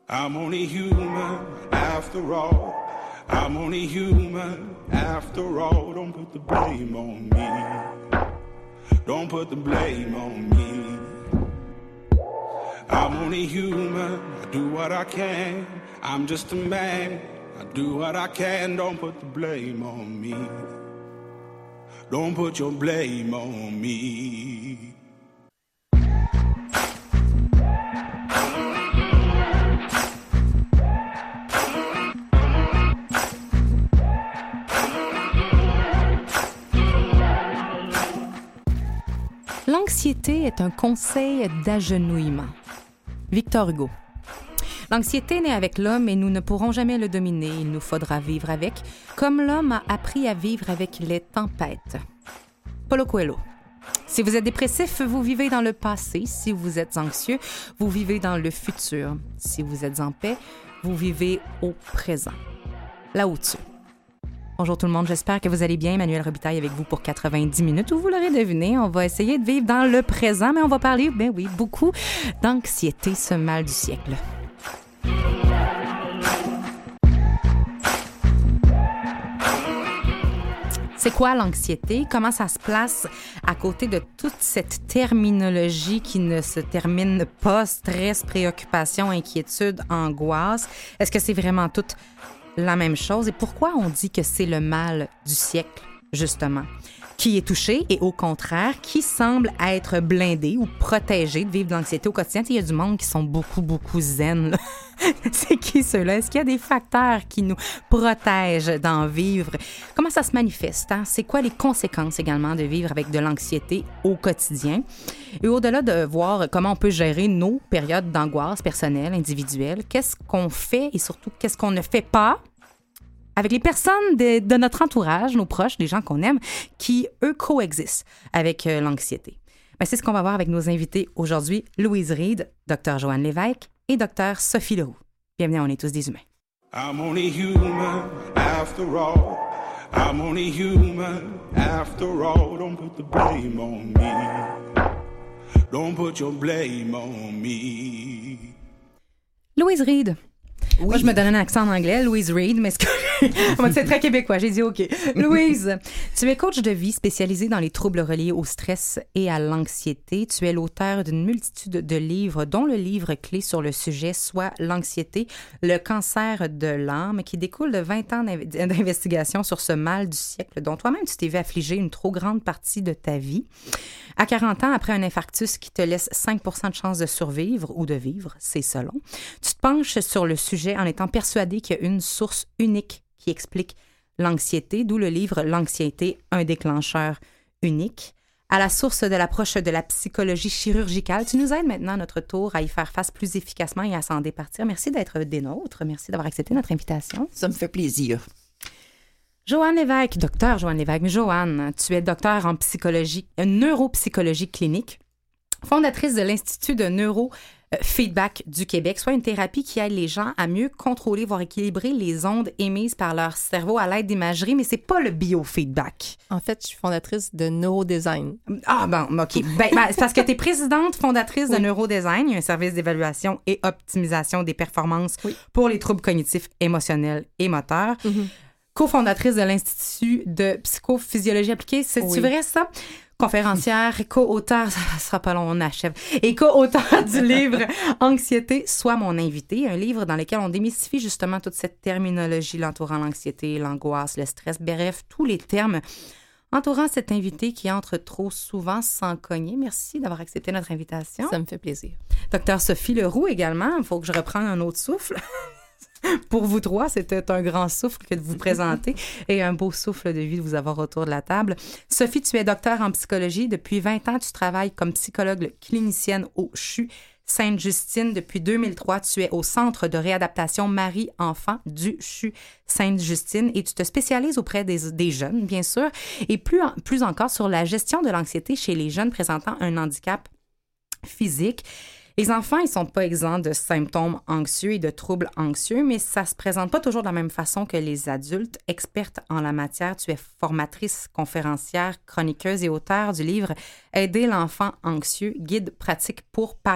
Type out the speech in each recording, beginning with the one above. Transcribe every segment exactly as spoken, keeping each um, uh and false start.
I'm only human after all. I'm only human after all. Don't put the blame on me. Don't put the blame on me. I'm only human. I do what I can. I'm just a man. I do what I can. Don't put the blame on me. Don't put your blame on me. L'anxiété est un conseil d'agenouillement. Victor Hugo. L'anxiété naît avec l'homme et nous ne pourrons jamais le dominer. Il nous faudra vivre avec, comme l'homme a appris à vivre avec les tempêtes. Paulo Coelho. Si vous êtes dépressif, vous vivez dans le passé. Si vous êtes anxieux, vous vivez dans le futur. Si vous êtes en paix, vous vivez au présent. Lao Tzu. Bonjour tout le monde, j'espère que vous allez bien. Emmanuelle Robitaille avec vous pour quatre-vingt-dix minutes. Où vous l'aurez deviné, on va essayer de vivre dans le présent, mais on va parler, ben oui, beaucoup d'anxiété, ce mal du siècle. C'est quoi l'anxiété? Comment ça se place à côté de toute cette terminologie qui ne se termine pas? Stress, préoccupation, inquiétude, angoisse. Est-ce que c'est vraiment tout la même chose? Et pourquoi on dit que c'est le mal du siècle, justement? Qui est touché et au contraire, qui semble être blindé ou protégé de vivre de l'anxiété au quotidien? Il y a du monde qui sont beaucoup, beaucoup zen, là. C'est qui ceux-là? Est-ce qu'il y a des facteurs qui nous protègent d'en vivre? Comment ça se manifeste? Hein? C'est quoi les conséquences également de vivre avec de l'anxiété au quotidien? Et au-delà de voir comment on peut gérer nos périodes d'angoisse personnelle, individuelle, qu'est-ce qu'on fait et surtout qu'est-ce qu'on ne fait pas avec les personnes de, de notre entourage, nos proches, les gens qu'on aime, qui, eux, coexistent avec euh, l'anxiété. Bien, c'est ce qu'on va voir avec nos invités aujourd'hui, Louise Reed, Dr Joanne Lévesque et Dr Sophie Leroux. Bienvenue à On est tous des humains. I'm only human after all. I'm only human after all. Don't put the blame on me. Don't put your blame on me. Louise Reed. Oui. Moi, je me donne un accent en anglais, Louise Reed, mais c'est très québécois. J'ai dit OK. Louise, tu es coach de vie spécialisée dans les troubles reliés au stress et à l'anxiété. Tu es l'auteur d'une multitude de livres, dont le livre clé sur le sujet, soit l'anxiété, le cancer de l'âme, qui découle de vingt ans d'investigation sur ce mal du siècle, dont toi-même tu t'es vu affliger une trop grande partie de ta vie. À quarante ans, après un infarctus qui te laisse cinq pour cent de chances de survivre ou de vivre, c'est selon, tu te penches sur le sujet en étant persuadé qu'il y a une source unique qui explique l'anxiété, d'où le livre « L'anxiété, un déclencheur unique ». À la source de l'approche de la psychologie chirurgicale, tu nous aides maintenant à notre tour à y faire face plus efficacement et à s'en départir. Merci d'être des nôtres. Merci d'avoir accepté notre invitation. Ça me fait plaisir. Joanne Lévesque, docteur Joanne Lévesque. Joanne, tu es docteur en psychologie, neuropsychologie clinique, fondatrice de l'Institut de neurofeedback du Québec, soit une thérapie qui aide les gens à mieux contrôler, voire équilibrer les ondes émises par leur cerveau à l'aide d'imagerie, mais c'est pas le biofeedback. En fait, je suis fondatrice de Neurodesign. Ah bon, OK. Ben, ben, c'est parce que tu es présidente fondatrice oui. de Neurodesign, un service d'évaluation et optimisation des performances oui. pour les troubles cognitifs, émotionnels et moteurs. Mm-hmm. Co-fondatrice de l'Institut de psychophysiologie appliquée. C'est-tu oui. vrai, ça? Conférencière, co-auteur, ça sera pas long, on achève, et co-auteur du livre « Anxiété, sois mon invité », un livre dans lequel on démystifie justement toute cette terminologie l'entourant l'anxiété, l'angoisse, le stress, bref, tous les termes entourant cet invité qui entre trop souvent sans cogner. Merci d'avoir accepté notre invitation. Ça me fait plaisir. Docteur Sophie Leroux également, il faut que je reprenne un autre souffle. Pour vous trois, c'était un grand souffle que de vous présenter et un beau souffle de vie de vous avoir autour de la table. Sophie, tu es docteur en psychologie. Depuis vingt ans, tu travailles comme psychologue clinicienne au C H U Sainte-Justine. Depuis deux mille trois, tu es au Centre de réadaptation Marie-Enfant du C H U Sainte-Justine et tu te spécialises auprès des, des jeunes, bien sûr, et plus, plus encore sur la gestion de l'anxiété chez les jeunes présentant un handicap physique. Les enfants, ils ne sont pas exempts de symptômes anxieux et de troubles anxieux, mais ça ne se présente pas toujours de la même façon que les adultes. Experte en la matière, tu es formatrice, conférencière, chroniqueuse et auteure du livre « Aider l'enfant anxieux, guide pratique pour parents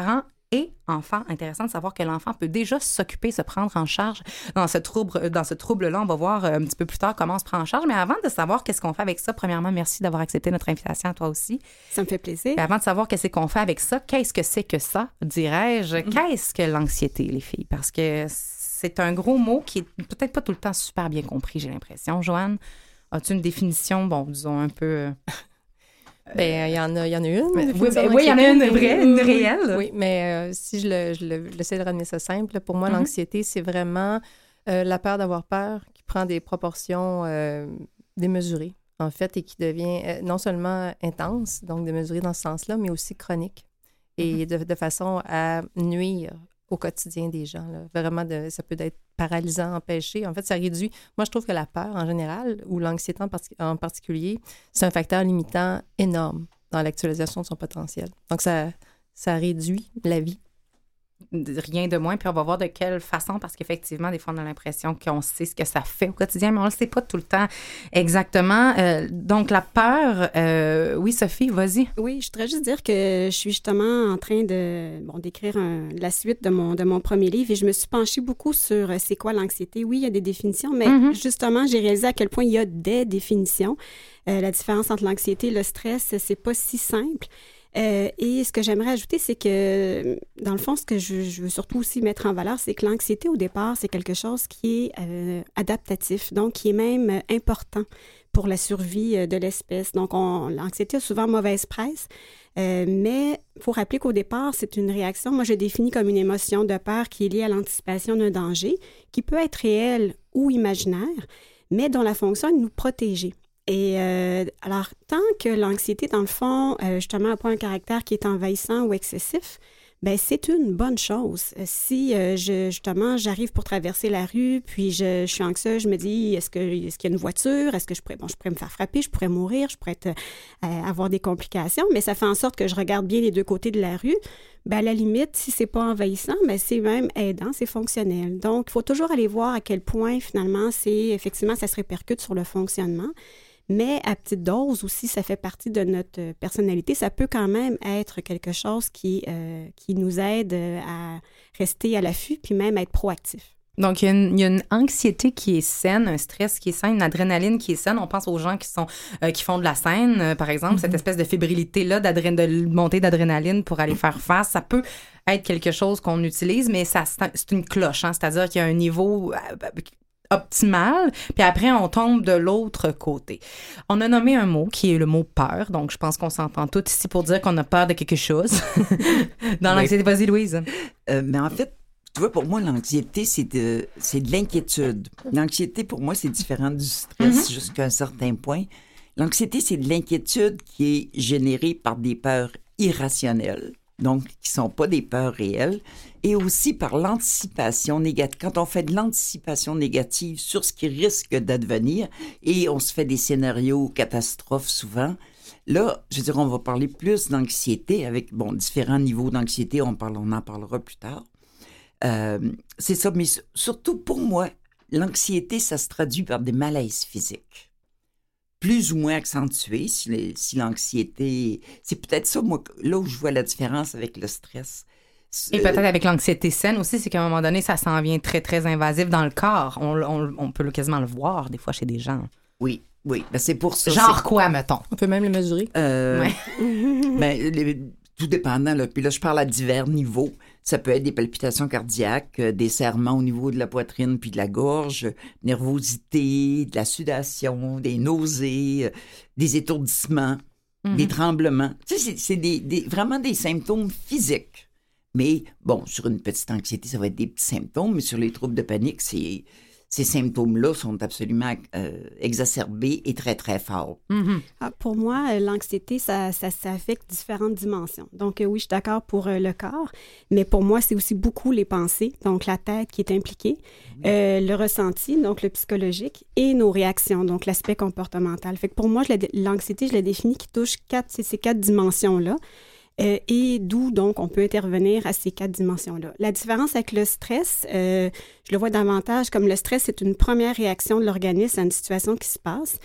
et enfant. Intéressant de savoir que l'enfant peut déjà s'occuper, se prendre en charge dans ce trouble, dans ce trouble-là. On va voir un petit peu plus tard comment on se prend en charge. Mais avant de savoir qu'est-ce qu'on fait avec ça, premièrement, merci d'avoir accepté notre invitation à toi aussi. Ça me fait plaisir. Et avant de savoir qu'est-ce qu'on fait avec ça, qu'est-ce que c'est que ça, dirais-je? Mm. Qu'est-ce que l'anxiété, les filles? Parce que c'est un gros mot qui est peut-être pas tout le temps super bien compris, j'ai l'impression. Joanne, as-tu une définition, bon, disons un peu... Bien, il y en a, il y en a une. Mais, oui, ben, oui, il y en a une vraie, une réelle. Oui, mais euh, si je, le, je, le, je l'essaie de ramener ça simple, pour moi, mm-hmm. l'anxiété, c'est vraiment euh, la peur d'avoir peur qui prend des proportions euh, démesurées, en fait, et qui devient euh, non seulement intense, donc démesurée dans ce sens-là, mais aussi chronique, et mm-hmm. de, de façon à nuire au quotidien des gens. Là. Vraiment, de, ça peut être paralysant, empêché. En fait, ça réduit... Moi, je trouve que la peur, en général, ou l'anxiété en, par- en particulier, c'est un facteur limitant énorme dans l'actualisation de son potentiel. Donc, ça, ça réduit la vie. Rien de moins. Puis on va voir de quelle façon, parce qu'effectivement, des fois, on a l'impression qu'on sait ce que ça fait au quotidien, mais on ne le sait pas tout le temps exactement. Euh, donc, la peur... Euh, oui, Sophie, vas-y. Oui, je voudrais juste dire que je suis justement en train de bon, d'écrire un, la suite de mon, de mon premier livre et je me suis penchée beaucoup sur euh, c'est quoi l'anxiété. Oui, il y a des définitions, mais mm-hmm. justement, j'ai réalisé à quel point il y a des définitions. Euh, la différence entre l'anxiété et le stress, c'est pas si simple. Euh, et ce que j'aimerais ajouter, c'est que, dans le fond, ce que je, je veux surtout aussi mettre en valeur, c'est que l'anxiété, au départ, c'est quelque chose qui est euh, adaptatif, donc qui est même euh, important pour la survie euh, de l'espèce. Donc, on, l'anxiété a souvent mauvaise presse, euh, mais il faut rappeler qu'au départ, c'est une réaction, moi je définis comme une émotion de peur qui est liée à l'anticipation d'un danger, qui peut être réel ou imaginaire, mais dont la fonction est de nous protéger. Et euh, alors, tant que l'anxiété, dans le fond, euh, justement, n'a pas un caractère qui est envahissant ou excessif, bien, c'est une bonne chose. Si, euh, je, justement, j'arrive pour traverser la rue, puis je, je suis anxieuse, je me dis, est-ce que, est-ce qu'il y a une voiture? Est-ce que je pourrais, bon, je pourrais me faire frapper? Je pourrais mourir? Je pourrais être, euh, avoir des complications? Mais ça fait en sorte que je regarde bien les deux côtés de la rue. Bien, à la limite, si c'est pas envahissant, bien, c'est même aidant, c'est fonctionnel. Donc, il faut toujours aller voir à quel point, finalement, c'est, effectivement, ça se répercute sur le fonctionnement. Mais à petite dose aussi, ça fait partie de notre personnalité. Ça peut quand même être quelque chose qui, euh, qui nous aide à rester à l'affût puis même à être proactif. Donc, il y, a une, il y a une anxiété qui est saine, un stress qui est sain, une adrénaline qui est saine. On pense aux gens qui sont euh, qui font de la scène, euh, par exemple, mm-hmm. cette espèce de fébrilité-là, d'adré- de montée d'adrénaline pour aller faire face. Ça peut être quelque chose qu'on utilise, mais ça, c'est une cloche, hein? C'est-à-dire qu'il y a un niveau... Euh, optimal, puis après, on tombe de l'autre côté. On a nommé un mot qui est le mot peur, donc je pense qu'on s'entend tous ici pour dire qu'on a peur de quelque chose. Dans l'anxiété, vas-y, Louise. Euh, mais en fait, tu vois, pour moi, l'anxiété, c'est de, c'est de l'inquiétude. L'anxiété, pour moi, c'est différent du stress mm-hmm. jusqu'à un certain point. L'anxiété, c'est de l'inquiétude qui est générée par des peurs irrationnelles, donc qui ne sont pas des peurs réelles, et aussi par l'anticipation négative. Quand on fait de l'anticipation négative sur ce qui risque d'advenir, et on se fait des scénarios catastrophes souvent, là, je veux dire, on va parler plus d'anxiété avec, bon, différents niveaux d'anxiété, on, parle, on en parlera plus tard. Euh, c'est ça, mais surtout pour moi, l'anxiété, ça se traduit par des malaises physiques. Plus ou moins accentués, si, les, si l'anxiété... C'est peut-être ça, moi, là où je vois la différence avec le stress. Et peut-être avec l'anxiété saine aussi, c'est qu'à un moment donné, ça s'en vient très, très invasif dans le corps. On, on, on peut quasiment le voir, des fois, chez des gens. Oui, oui. Ben c'est pour ça. Genre c'est... quoi, mettons? On peut même le mesurer. Euh, ouais. ben, les, tout dépendant, là. Puis là, je parle à divers niveaux. Ça peut être des palpitations cardiaques, des serrements au niveau de la poitrine puis de la gorge, nervosité, de la sudation, des nausées, des étourdissements, mm-hmm. des tremblements. Tu sais, c'est, c'est des, des, vraiment des symptômes physiques. Mais, bon, sur une petite anxiété, ça va être des petits symptômes, mais sur les troubles de panique, c'est, ces symptômes-là sont absolument euh, exacerbés et très, très forts. Mm-hmm. Ah, pour moi, l'anxiété, ça, ça, ça affecte différentes dimensions. Donc, euh, oui, je suis d'accord pour euh, le corps, mais pour moi, c'est aussi beaucoup les pensées, donc la tête qui est impliquée, mm-hmm. euh, le ressenti, donc le psychologique, et nos réactions, donc l'aspect comportemental. Fait que pour moi, je la, l'anxiété, je la définis qui touche quatre, ces quatre dimensions-là. Euh, et d'où, donc, on peut intervenir à ces quatre dimensions-là. La différence avec le stress, euh, je le vois davantage comme le stress, c'est une première réaction de l'organisme à une situation qui se passe.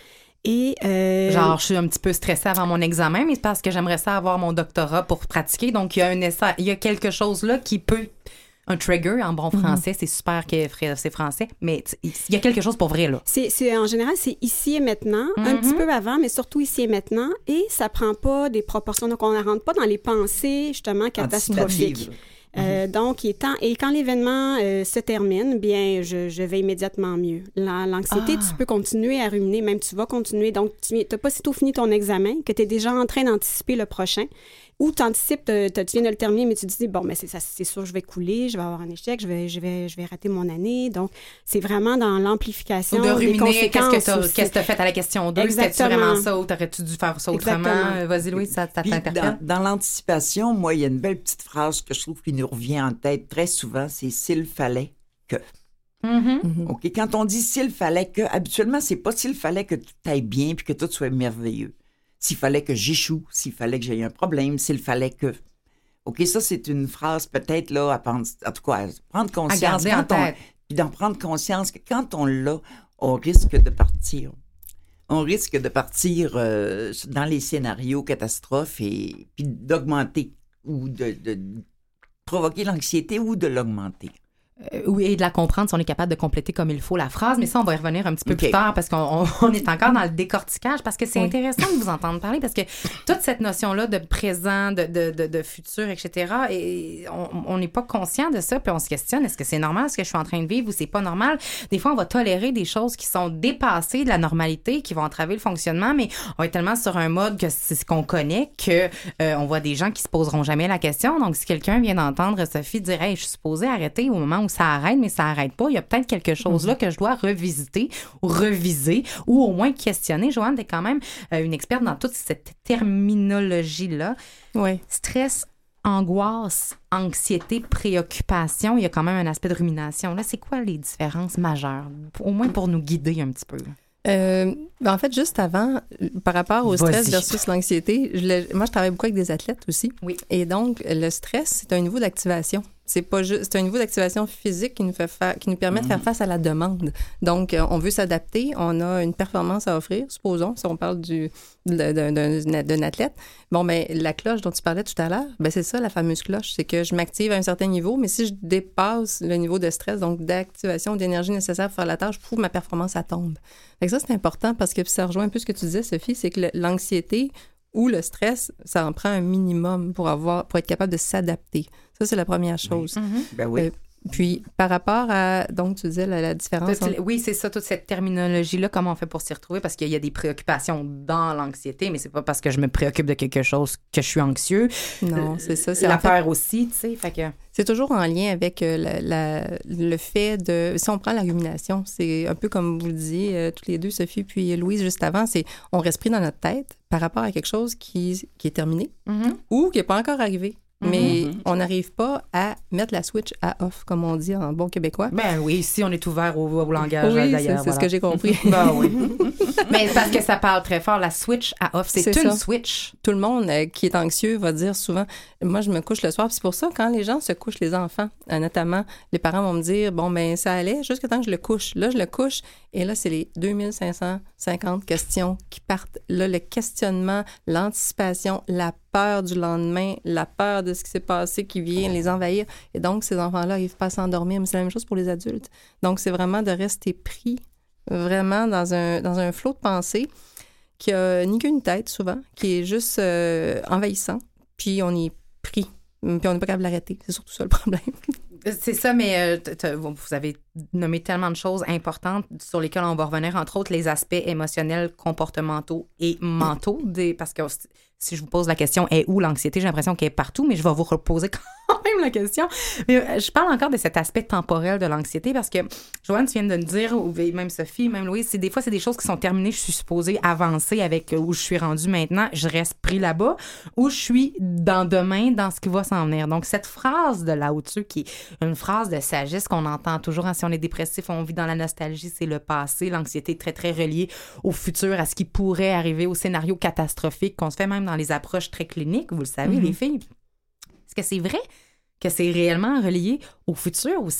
Et euh... Genre, je suis un petit peu stressée avant mon examen, mais c'est parce que j'aimerais ça avoir mon doctorat pour pratiquer. Donc, il y a un essai, il y a quelque chose là qui peut... Un trigger en bon français, mm-hmm. c'est super que c'est français, mais il y a quelque chose pour vrai, là. C'est, c'est, en général, c'est ici et maintenant, mm-hmm. un petit peu avant, mais surtout ici et maintenant, et ça prend pas des proportions, donc on ne rentre pas dans les pensées, justement, catastrophiques. Euh, mm-hmm. Donc, et, tant, et quand l'événement euh, se termine, bien, je, je vais immédiatement mieux. La, l'anxiété, ah. tu peux continuer à ruminer, même tu vas continuer. Donc, tu n'as pas sitôt fini ton examen que tu es déjà en train d'anticiper le prochain. Ou tu anticipes, tu viens de le terminer, mais tu te dis, bon, mais c'est, ça, c'est sûr, je vais couler, je vais avoir un échec, je vais, je vais, je vais rater mon année. Donc, c'est vraiment dans l'amplification de ruminer, des conséquences. Qu'est-ce que tu as fait à la question deux? C'était-tu vraiment ça ou t'aurais-tu dû faire ça autrement? Exactement. Vas-y, Louise, ça, ça t'interpelle? Dans, dans l'anticipation, moi, il y a une belle petite phrase que je trouve qui nous revient en tête très souvent, c'est « s'il fallait que ». Mm-hmm. OK, quand on dit « s'il fallait que », habituellement, c'est pas « s'il fallait que tout aille bien puis que tout soit merveilleux ». S'il fallait que j'échoue, s'il fallait que j'aie un problème, s'il fallait que... OK, ça, c'est une phrase peut-être, là, à prendre, en tout cas, à prendre conscience. À garder en tête. Puis d'en prendre conscience que quand on l'a, on risque de partir. On risque de partir euh, dans les scénarios catastrophes et puis d'augmenter ou de, de provoquer l'anxiété ou de l'augmenter. Euh, oui, et de la comprendre si on est capable de compléter comme il faut la phrase. Mais ça, on va y revenir un petit peu okay. plus tard parce qu'on on, on est encore dans le décortiquage parce que c'est oui. intéressant de vous entendre parler parce que toute cette notion-là de présent, de, de, de, de futur, et cetera, et on n'est pas conscient de ça puis on se questionne, est-ce que c'est normal ce que je suis en train de vivre ou c'est pas normal? Des fois, on va tolérer des choses qui sont dépassées de la normalité, qui vont entraver le fonctionnement, mais on est tellement sur un mode que c'est ce qu'on connaît que euh, on voit des gens qui se poseront jamais la question. Donc, si quelqu'un vient d'entendre Sophie dire « Hey, je suis supposée arrêter au moment où ça arrête, mais ça arrête pas. Il y a peut-être quelque chose là que je dois revisiter ou reviser ou au moins questionner. Joanne, t'es quand même euh, une experte dans toute cette terminologie-là. Oui. Stress, angoisse, anxiété, préoccupation, il y a quand même un aspect de rumination. Là, c'est quoi les différences majeures? Au moins pour nous guider un petit peu. Euh, ben en fait, juste avant, par rapport au stress Vas-y. versus l'anxiété, je moi, je travaille beaucoup avec des athlètes aussi. Oui. Et donc, le stress, c'est un niveau d'activation. C'est pas juste, c'est un niveau d'activation physique qui nous fait faire, qui nous permet de faire face à la demande. Donc, on veut s'adapter, on a une performance à offrir, supposons, si on parle du, d'un, d'un, d'un athlète. Bon, ben, la cloche dont tu parlais tout à l'heure, ben, c'est ça, la fameuse cloche. C'est que je m'active à un certain niveau, mais si je dépasse le niveau de stress, donc d'activation, d'énergie nécessaire pour faire la tâche, je trouve ma performance, elle tombe. Fait que ça, c'est important parce que ça rejoint un peu ce que tu disais, Sophie, c'est que le, l'anxiété ou le stress, ça en prend un minimum pour avoir, pour être capable de s'adapter. Ça, c'est la première chose. Oui. Mm-hmm. Ben oui. Euh, puis, par rapport à, donc, tu disais la, la différence... Entre... Oui, c'est ça, toute cette terminologie-là, comment on fait pour s'y retrouver? Parce qu'il y a des préoccupations dans l'anxiété, mais c'est pas parce que je me préoccupe de quelque chose que je suis anxieux. Non, c'est ça. C'est la en fait, peur aussi, tu sais, fait que... C'est toujours en lien avec euh, la, la, le fait de... Si on prend la rumination, c'est un peu comme vous le disiez, euh, toutes les deux, Sophie puis Louise, juste avant, c'est on reste pris dans notre tête par rapport à quelque chose qui, qui est terminé mm-hmm. ou qui n'est pas encore arrivé. Mais mm-hmm. on n'arrive pas à mettre la switch à off, comme on dit en bon québécois. Ben oui, ici, on est ouvert au, au langage, oui, d'ailleurs. C'est, c'est voilà. ce que j'ai compris. Ben oui. Mais parce que ça parle très fort, la switch à off, c'est, c'est une ça. switch. Tout le monde euh, qui est anxieux va dire souvent, moi, je me couche le soir. Puis c'est pour ça, quand les gens se couchent, les enfants, euh, notamment, les parents vont me dire, bon, ben ça allait jusqu'à temps que je le couche. Là, je le couche, et là, c'est les deux mille cinq cent cinquante questions qui partent. Là, le questionnement, l'anticipation, la peur du lendemain, la peur de ce qui s'est passé qui vient les envahir. Et donc, ces enfants-là n'arrivent pas à s'endormir. Mais c'est la même chose pour les adultes. Donc, c'est vraiment de rester pris vraiment dans un, dans un flot de pensée qui a ni qu'une tête, souvent, qui est juste euh, envahissant. Puis, on y est pris. Puis, on n'est pas capable de l'arrêter. C'est surtout ça le problème. C'est ça, mais euh, vous avez nommé tellement de choses importantes sur lesquelles on va revenir, entre autres les aspects émotionnels, comportementaux et mentaux. Des, parce que si je vous pose la question, est où l'anxiété? J'ai l'impression qu'elle est partout, mais je vais vous reposer quand même la question. Mais je parle encore de cet aspect temporel de l'anxiété parce que, Joanne, tu viens de me dire, ou même Sophie, même Louise, c'est, des fois, c'est des choses qui sont terminées. Je suis supposée avancer avec où je suis rendue maintenant. Je reste pris là-bas ou je suis dans demain, dans ce qui va s'en venir. Donc, cette phrase de Lao Tzu, qui est une phrase de sagesse qu'on entend toujours, hein, si on est dépressif, on vit dans la nostalgie, c'est le passé. L'anxiété est très, très reliée au futur, à ce qui pourrait arriver, au scénario catastrophique qu'on se fait même dans les approches très cliniques, vous le savez, mm-hmm. les filles. Est-ce que c'est vrai que c'est réellement relié au futur ou c'est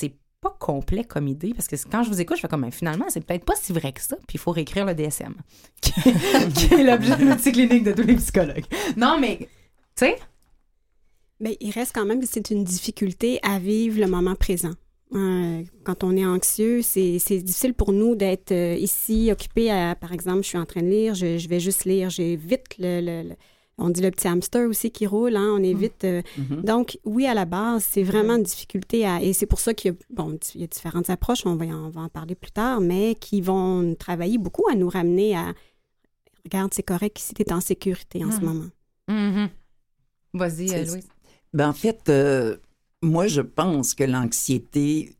pas complet comme idée, parce que quand je vous écoute, je fais comme, ben, finalement, c'est peut-être pas si vrai que ça, puis il faut réécrire le D S M, qui, qui est l'objet de l'outil clinique de tous les psychologues. Non, mais, tu sais... Bien, il reste quand même que c'est une difficulté à vivre le moment présent. Euh, quand on est anxieux, c'est, c'est difficile pour nous d'être euh, ici, occupé à, par exemple, je suis en train de lire, je, je vais juste lire, j'ai vite le, le, le, on dit le petit hamster aussi qui roule, hein, on est vite... Euh, mm-hmm. Donc, oui, à la base, c'est vraiment une difficulté à... Et c'est pour ça qu'il y a, bon, il y a différentes approches, on va, on va en parler plus tard, mais qui vont travailler beaucoup à nous ramener à... Regarde, c'est correct ici, tu es en sécurité en mm. ce moment. Mm-hmm. Vas-y, euh, Louise. Ben, en fait... Euh... Moi, je pense que l'anxiété,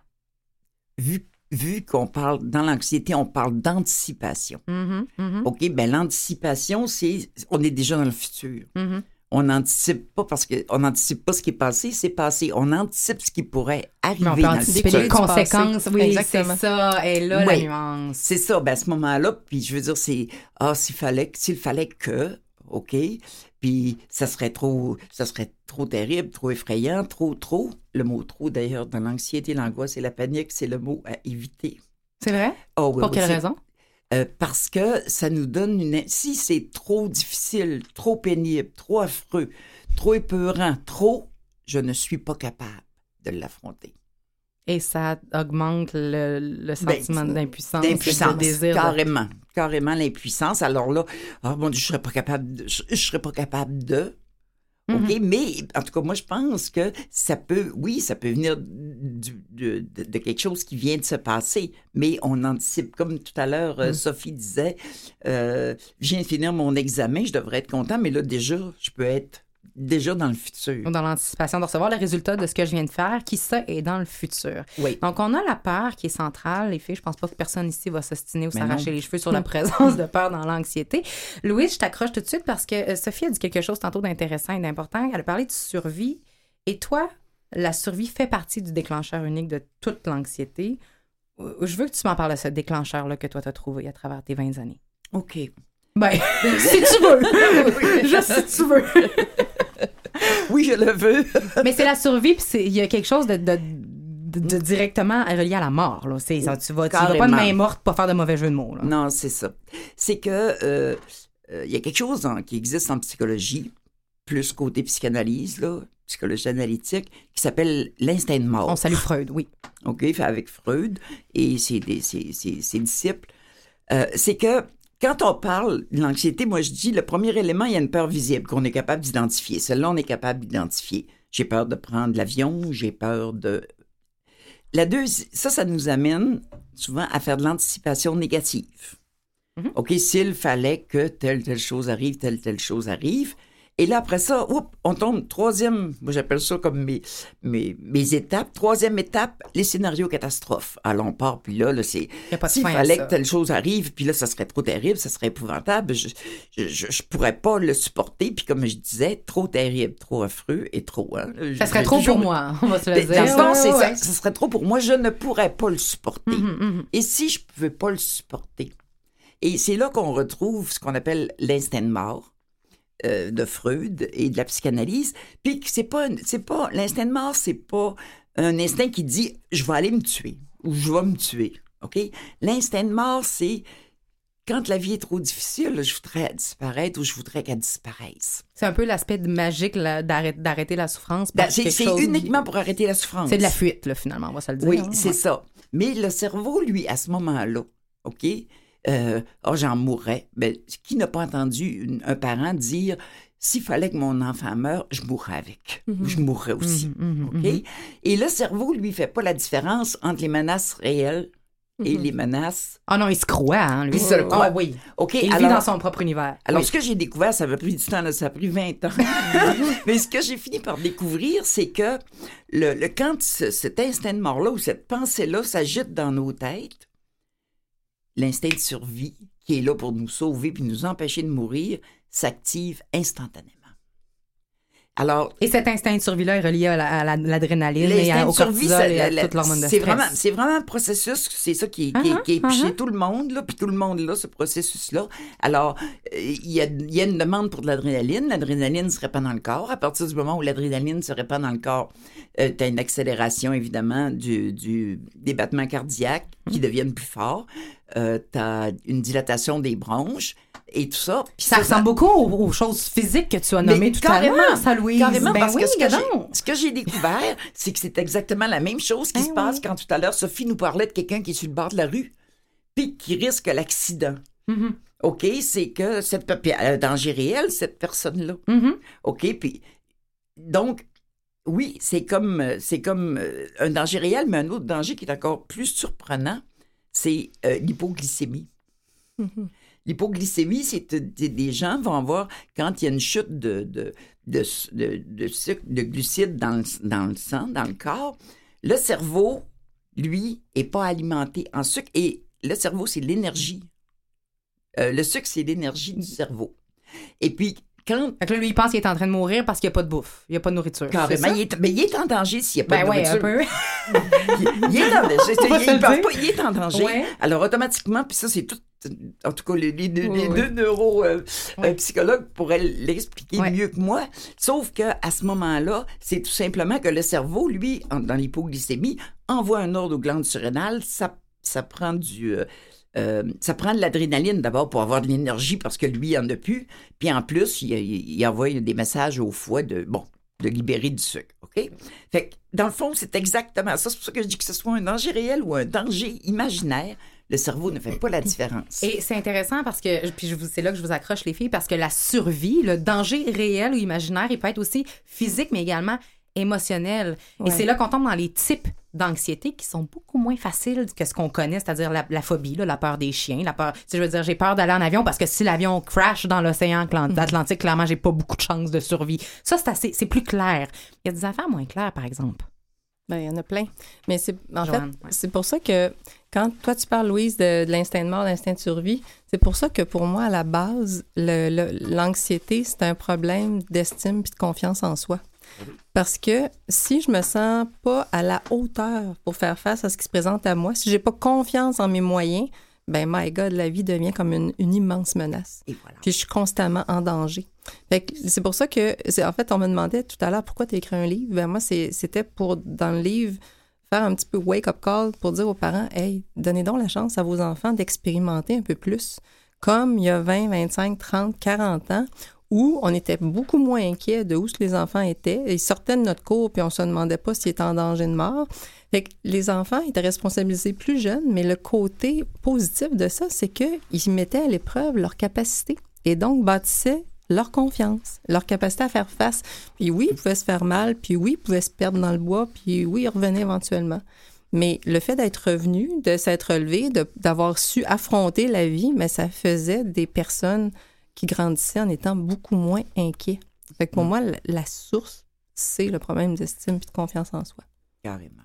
vu, vu qu'on parle, dans l'anxiété, on parle d'anticipation. Mm-hmm, mm-hmm. OK? Bien, l'anticipation, c'est, on est déjà dans le futur. Mm-hmm. On n'anticipe pas parce qu'on n'anticipe pas ce qui est passé, c'est passé. On anticipe ce qui pourrait arriver. Mais on peut anticiper les conséquences. Oui, exactement. C'est ça. Et là, oui, la nuance. C'est ça. Ben, à ce moment-là, puis je veux dire, c'est, ah, s'il fallait, s'il fallait que, OK? Puis ça serait trop, ça serait trop terrible, trop effrayant, trop, trop. Le mot trop, d'ailleurs, dans l'anxiété, l'angoisse et la panique, c'est le mot à éviter. C'est vrai? Oh, oui, Pour oui, quelle c'est... raison? Euh, parce que ça nous donne une... Si c'est trop difficile, trop pénible, trop affreux, trop épeurant, trop, je ne suis pas capable de l'affronter. Et ça augmente le, le sentiment ben, d'impuissance, d'impuissance, le désir. Carrément, carrément l'impuissance. Alors là, oh mon Dieu, je serais pas capable de, je, je serais pas capable de. OK, mm-hmm. Mais en tout cas, moi, je pense que ça peut, oui, ça peut venir du, de, de, de quelque chose qui vient de se passer, mais on anticipe, comme tout à l'heure, mm. Sophie disait, euh, je viens de finir mon examen, je devrais être content, mais là, déjà, je peux être déjà dans le futur. Dans l'anticipation de recevoir le résultat de ce que je viens de faire, qui ça est dans le futur. Oui. Donc, on a la peur qui est centrale. Les filles, je pense pas que personne ici va s'ostiner ou Mais s'arracher non. les cheveux sur la présence de peur dans l'anxiété. Louise, je t'accroche tout de suite parce que euh, Sophie a dit quelque chose tantôt d'intéressant et d'important. Elle a parlé de survie. Et toi, la survie fait partie du déclencheur unique de toute l'anxiété. Je veux que tu m'en parles de ce déclencheur-là que toi, tu as trouvé à travers tes vingt années. OK. Ben, si tu veux. Juste si tu veux. Oui, je le veux. Mais c'est la survie, puis il y a quelque chose de, de, de, de directement relié à la mort. Là. C'est, ça, tu vas, tu vas pas de main morte pour faire de mauvais jeux de mots. Là. Non, c'est ça. C'est que euh, euh, y a quelque chose en, qui existe en psychologie, plus côté psychanalyse, là, psychologie analytique, qui s'appelle l'instinct de mort. On salue Freud, oui. OK, fait avec Freud et ses, ses, ses, ses disciples. Euh, c'est que quand on parle de l'anxiété, moi, je dis, le premier élément, il y a une peur visible qu'on est capable d'identifier. Celle-là, on est capable d'identifier. J'ai peur de prendre l'avion, j'ai peur de... La deuxième, ça, ça nous amène souvent à faire de l'anticipation négative. Mm-hmm. OK, s'il fallait que telle, telle chose arrive, telle, telle chose arrive... Et là, après ça, oups, on tombe, troisième, moi j'appelle ça comme mes, mes, mes étapes. Troisième étape, les scénarios catastrophes. Alors on part, puis là, là c'est... S'il fallait que telle chose arrive, puis là, ça serait trop terrible, ça serait épouvantable, je, je, je, je pourrais pas le supporter. Puis comme je disais, trop terrible, trop affreux et trop... Hein, ça serait trop toujours... pour moi, on va se le dire. Dans le fond, ouais, c'est ouais. ça, ça serait trop pour moi, je ne pourrais pas le supporter. Mm-hmm, mm-hmm. Et si je pouvais pas le supporter? Et c'est là qu'on retrouve ce qu'on appelle l'instinct de mort. Euh, de Freud et de la psychanalyse, puis c'est pas, c'est pas l'instinct de mort, c'est pas un instinct qui dit je vais aller me tuer ou je vais me tuer, ok? L'instinct de mort, c'est quand la vie est trop difficile, je voudrais disparaître ou je voudrais qu'elle disparaisse. C'est un peu l'aspect magique là, d'arrêter, d'arrêter la souffrance. Ben, c'est c'est uniquement qui... pour arrêter la souffrance. C'est de la fuite, là, finalement, on va se le dire. Oui, hein? c'est ouais. ça. Mais le cerveau, lui, à ce moment-là, ok? Euh, oh, j'en mourrais. Ben, qui n'a pas entendu une, un parent dire s'il fallait que mon enfant meure, je mourrais avec. Mm-hmm. Je mourrais aussi. Mm-hmm, OK? Mm-hmm. Et le cerveau, lui, fait pas la différence entre les menaces réelles mm-hmm. et les menaces. Ah oh non, il se croit, hein, lui. Il se le croit. Oh, oui. OK. Il alors, vit dans son propre univers. Alors, oui. ce que j'ai découvert, ça m'a pris du temps, là, ça a pris vingt ans. Mais ce que j'ai fini par découvrir, c'est que le, le, quand ce, cet instinct de mort-là ou cette pensée-là s'agite dans nos têtes, l'instinct de survie, qui est là pour nous sauver puis nous empêcher de mourir, s'active instantanément. Alors, et cet instinct de survie-là est relié à, la, à la, l'adrénaline et à, au survie, cortisol ça, et à la, toute l'hormone de c'est stress. Vraiment, c'est vraiment un processus, c'est ça qui est, uh-huh, qui est, qui est uh-huh. chez tout le monde, là, puis tout le monde là, ce processus-là. Alors, il euh, y, a, y a une demande pour de l'adrénaline. L'adrénaline se répand dans le corps. À partir du moment où l'adrénaline se répand dans le corps, euh, tu as une accélération, évidemment, du, du, des battements cardiaques qui mmh. deviennent plus forts. Euh, tu as une dilatation des bronches. Et tout ça. Ça, ça ressemble ça... beaucoup aux, aux choses physiques que tu as nommées tout à l'heure, ça, Louise. Carrément, ben parce oui, que ce que, j'ai, ce que j'ai découvert, c'est que c'est exactement la même chose qui ben se oui. passe quand tout à l'heure, Sophie nous parlait de quelqu'un qui est sur le bord de la rue puis qui risque l'accident. Mm-hmm. OK, c'est que cette un danger réel, cette personne-là. Mm-hmm. OK, puis donc, oui, c'est comme, c'est comme un danger réel, mais un autre danger qui est encore plus surprenant, c'est euh, l'hypoglycémie. Mm-hmm. L'hypoglycémie, c'est euh, des gens vont avoir, quand il y a une chute de, de, de, de, de sucre, de glucides dans le, dans le sang, dans le corps, le cerveau, lui, n'est pas alimenté en sucre. Et le cerveau, c'est l'énergie. Euh, le sucre, c'est l'énergie du cerveau. Et puis, quand... Fait que là, lui, il pense qu'il est en train de mourir parce qu'il n'y a pas de bouffe. Il n'y a pas de nourriture. Carrément. Il est, mais il est en danger s'il n'y a pas ben de ouais, nourriture. Un peu. il, il est en danger. Il, il, pas, il est en danger. Ouais. Alors, automatiquement, puis ça, c'est tout... En tout cas, les, les, les, oui, les oui. deux neuropsychologues euh, oui. pourraient l'expliquer oui. mieux que moi. Sauf qu'à ce moment-là, c'est tout simplement que le cerveau, lui, en, dans l'hypoglycémie, envoie un ordre aux glandes surrénales. Ça, ça prend du... Euh, euh, ça prend de l'adrénaline d'abord pour avoir de l'énergie parce que lui, il en a plus. Puis en plus, il, il, il envoie des messages au foie de... Bon, de libérer du sucre, OK? Fait que, dans le fond, c'est exactement ça. C'est pour ça que je dis que ce soit un danger réel ou un danger imaginaire. Le cerveau ne fait pas la différence. Et c'est intéressant parce que, puis je vous, c'est là que je vous accroche les filles, parce que la survie, le danger réel ou imaginaire, il peut être aussi physique, mais également émotionnel. Ouais. Et c'est là qu'on tombe dans les types d'anxiété qui sont beaucoup moins faciles que ce qu'on connaît, c'est-à-dire la, la phobie, là, la peur des chiens, la peur... Tu sais, je veux dire, j'ai peur d'aller en avion parce que si l'avion crash dans l'océan Atlantique, clairement, j'ai pas beaucoup de chances de survie. Ça, c'est assez, c'est plus clair. Il y a des affaires moins claires, par exemple. Bien, il y en a plein. Mais c'est, en Joanne, fait, ouais. c'est pour ça que quand toi, tu parles, Louise, de, de l'instinct de mort, de l'instinct de survie, c'est pour ça que pour moi, à la base, le, le, l'anxiété, c'est un problème d'estime puis de confiance en soi. Parce que si je me sens pas à la hauteur pour faire face à ce qui se présente à moi, si j'ai pas confiance en mes moyens, ben my God, la vie devient comme une, une immense menace. Et voilà. Puis je suis constamment en danger. Fait que c'est pour ça que, c'est, en fait, on me demandait tout à l'heure pourquoi tu as écrit un livre. Ben moi, c'est, c'était pour, dans le livre, faire un petit peu wake-up call pour dire aux parents, hey, donnez donc la chance à vos enfants d'expérimenter un peu plus. Comme il y a vingt, vingt-cinq, trente, quarante ans, où on était beaucoup moins inquiets de où les enfants étaient. Ils sortaient de notre cour, puis on se demandait pas s'ils étaient en danger de mort. Fait que les enfants étaient responsabilisés plus jeunes, mais le côté positif de ça, c'est qu'ils mettaient à l'épreuve leur capacité et donc bâtissaient leur confiance, leur capacité à faire face. Puis oui, ils pouvaient se faire mal, puis oui, ils pouvaient se perdre dans le bois, puis oui, ils revenaient éventuellement. Mais le fait d'être revenu, de s'être relevé, de, d'avoir su affronter la vie, mais ça faisait des personnes qui grandissaient en étant beaucoup moins inquiets. Fait que pour mmh. moi, la, la source, c'est le problème d'estime et de confiance en soi. Carrément.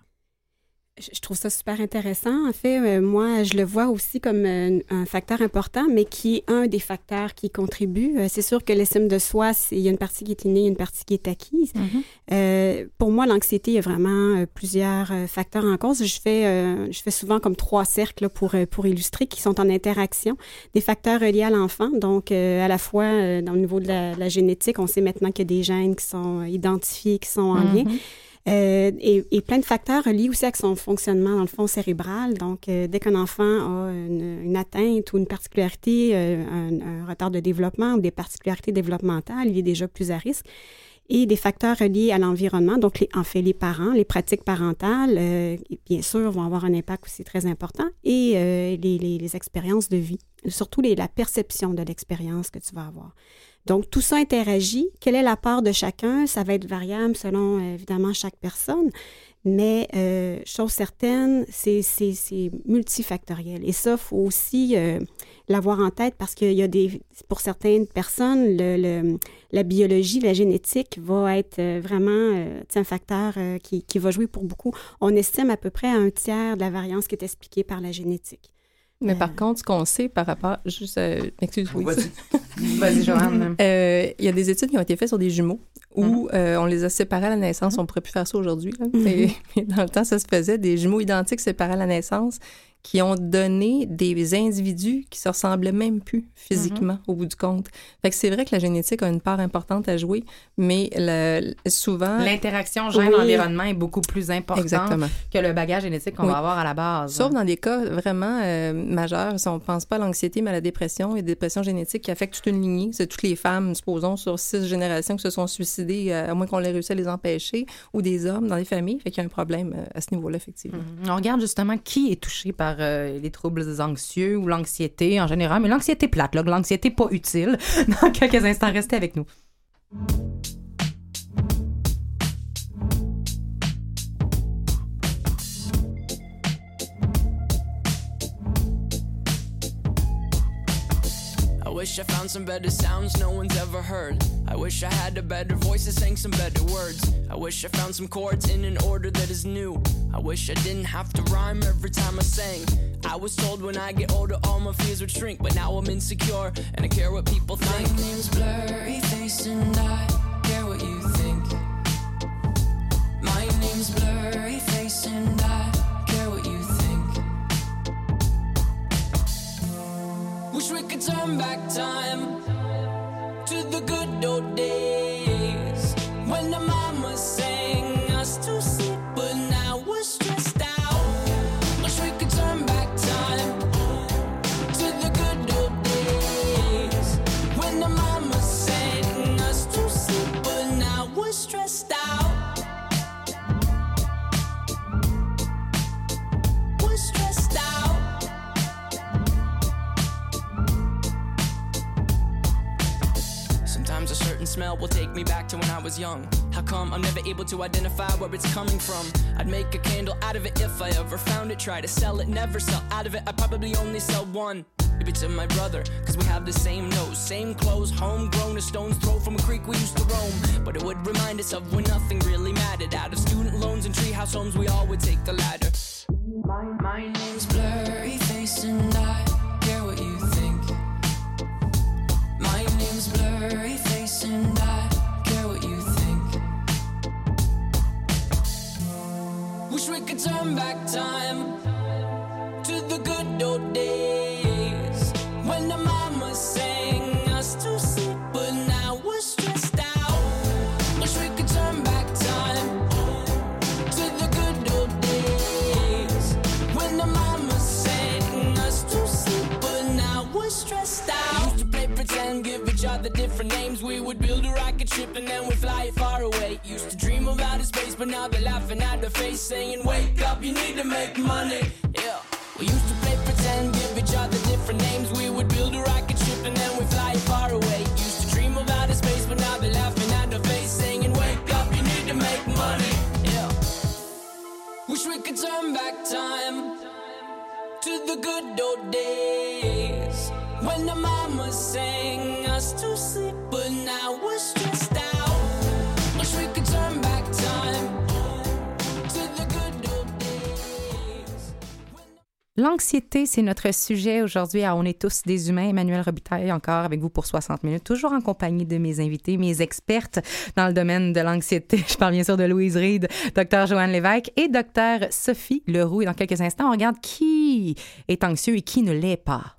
Je trouve ça super intéressant. En fait, euh, moi, je le vois aussi comme un, un facteur important, mais qui est un des facteurs qui contribue. Euh, c'est sûr que l'estime de soi, c'est, il y a une partie qui est innée, une partie qui est acquise. Mm-hmm. Euh, pour moi, l'anxiété, il y a vraiment euh, plusieurs euh, facteurs en cause. Je fais, euh, je fais souvent comme trois cercles là, pour, euh, pour illustrer, qui sont en interaction. Des facteurs reliés à l'enfant, donc euh, à la fois euh, dans le niveau de la, la génétique, on sait maintenant qu'il y a des gènes qui sont identifiés, qui sont en mm-hmm. lien. Euh, et, et plein de facteurs liés aussi avec son fonctionnement dans le fond cérébral. Donc, euh, dès qu'un enfant a une, une atteinte ou une particularité, euh, un, un retard de développement ou des particularités développementales, il est déjà plus à risque. Et des facteurs reliés à l'environnement, donc les, en fait les parents, les pratiques parentales, euh, bien sûr, vont avoir un impact aussi très important, et euh, les, les, les expériences de vie, surtout les, la perception de l'expérience que tu vas avoir. Donc, tout ça interagit. Quelle est la part de chacun? Ça va être variable selon, euh, évidemment, chaque personne. Mais, euh, chose certaine, c'est, c'est, c'est multifactoriel. Et ça, il faut aussi euh, l'avoir en tête parce qu'il y a des... Pour certaines personnes, le, le, la biologie, la génétique va être vraiment euh, un facteur euh, qui, qui va jouer pour beaucoup. On estime à peu près à un tiers de la variance qui est expliquée par la génétique. Mais par contre, ce qu'on sait par rapport... Juste, euh, excuse, oui. Vas-y, Vas-y Joanne. Euh, il y a des études qui ont été faites sur des jumeaux où Mm-hmm. euh, on les a séparés à la naissance. On pourrait plus faire ça aujourd'hui. Là. Mm-hmm. Mais, mais dans le temps, ça se faisait. Des jumeaux identiques séparés à la naissance qui ont donné des individus qui se ressemblaient même plus physiquement Mm-hmm. au bout du compte. Fait que c'est vrai que la génétique a une part importante à jouer, mais le, souvent... L'interaction gène-environnement est beaucoup plus importante Exactement. que le bagage génétique qu'on Oui. va avoir à la base. Sauf dans des cas vraiment euh, majeurs, si on ne pense pas à l'anxiété, mais à la dépression, il y a des dépressions génétiques qui affectent toute une lignée. C'est toutes les femmes, supposons, sur six générations qui se sont suicidées, à moins qu'on ait réussi à les empêcher, ou des hommes dans les familles. Fait qu'il y a un problème euh, à ce niveau-là, effectivement. Mm-hmm. On regarde justement qui est touché par euh, les troubles anxieux ou l'anxiété en général, mais l'anxiété plate, là, l'anxiété pas utile. Dans quelques instants, restez avec nous. I wish I found some better sounds no one's ever heard. I wish I had a better voice that sang some better words. I wish I found some chords in an order that is new. I wish I didn't have to rhyme every time I sang. I was told when I get older all my fears would shrink, but now I'm insecure and I care what people think. My name's Blurry Face and I care what you think. My name's Blurry Face and I care what you think. Wish we could turn back time to the good old days when the mama sang us to sleep, but now we're stressed out. Wish we could turn back time to the good old days when the mama sang us to sleep, but now we're stressed out. We're stressed out. Sometimes a certain smell will take me back to when I was young. How come I'm never able to identify where it's coming from? I'd make a candle out of it if I ever found it. Try to sell it, never sell out of it. I'd probably only sell one. Maybe to my brother, cause we have the same nose, same clothes, homegrown, a stone's throw from a creek we used to roam. But it would remind us of when nothing really mattered. Out of student loans and treehouse homes, we all would take the ladder. My, my name's Blurry Face and I care what you think. My name's Blurry Face and I care what you think. Wish we could turn back time to the good old days when the mama sang us to sleep, but now we're stressed out. Wish we could turn back time to the good old days when the mama sang us to sleep, but now we're stressed out. Used to play pretend, give each other different names. We would build a rocket ship and then we'd fly it far away. Used to dream of outer space, but now they're laughing at the face, saying, wake up, you need to make money. Yeah. We used to play pretend, give each other different names. We would build a rocket ship and then we'd fly it far away. Used to dream of outer space, but now they're laughing at the face, saying, wake up, you need to make money. Yeah. Wish we could turn back time to the good old days when the mama sang us to sleep, but now we're stressed out. Wish we could turn back time to the good old days. L'anxiété, c'est notre sujet aujourd'hui à On est tous des humains. Emmanuelle Robitaille, encore avec vous pour soixante minutes, toujours en compagnie de mes invités, mes expertes dans le domaine de l'anxiété. Je parle bien sûr de Louise Reed, Dr Joanne Lévesque et Dr Sophie Leroux. Et dans quelques instants, on regarde qui est anxieux et qui ne l'est pas.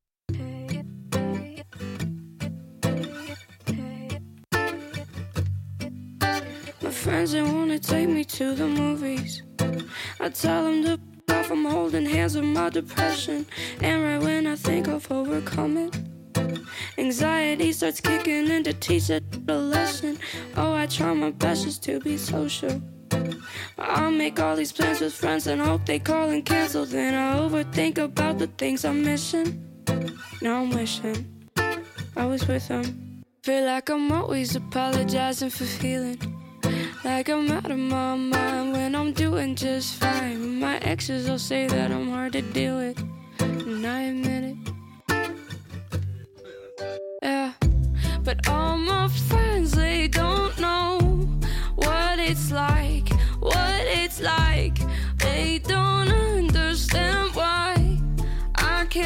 My friends, they wanna take me to the movies. I tell them to f*** off, I'm holding hands with my depression. And right when I think I've overcome it, anxiety starts kicking in to teach it a lesson. Oh, I try my best just to be social. I'll make all these plans with friends and hope they call and cancel. Then I overthink about the things I'm missing. Now I'm wishing I was with them. Feel like I'm always apologizing for feeling like I'm out of my mind when I'm doing just fine. My exes will say that I'm hard to deal with, and I admit it. Yeah, but all my friends, they don't know what it's like, what it's like. They don't understand why I can't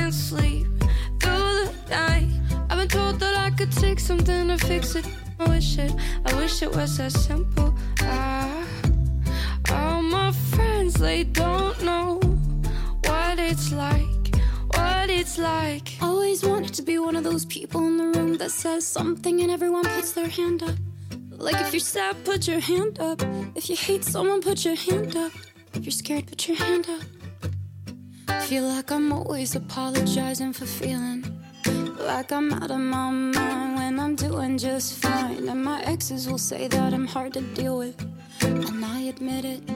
take something to fix it. I wish it, I wish it was that simple. Ah, all my friends, they don't know what it's like, what it's like. Always wanted to be one of those people in the room that says something and everyone puts their hand up. Like if you're sad, put your hand up. If you hate someone, put your hand up. If you're scared, put your hand up. Feel like I'm always apologizing for feeling like I'm out of my mind when I'm doing just fine. And my exes will say that I'm hard to deal with, and I admit it.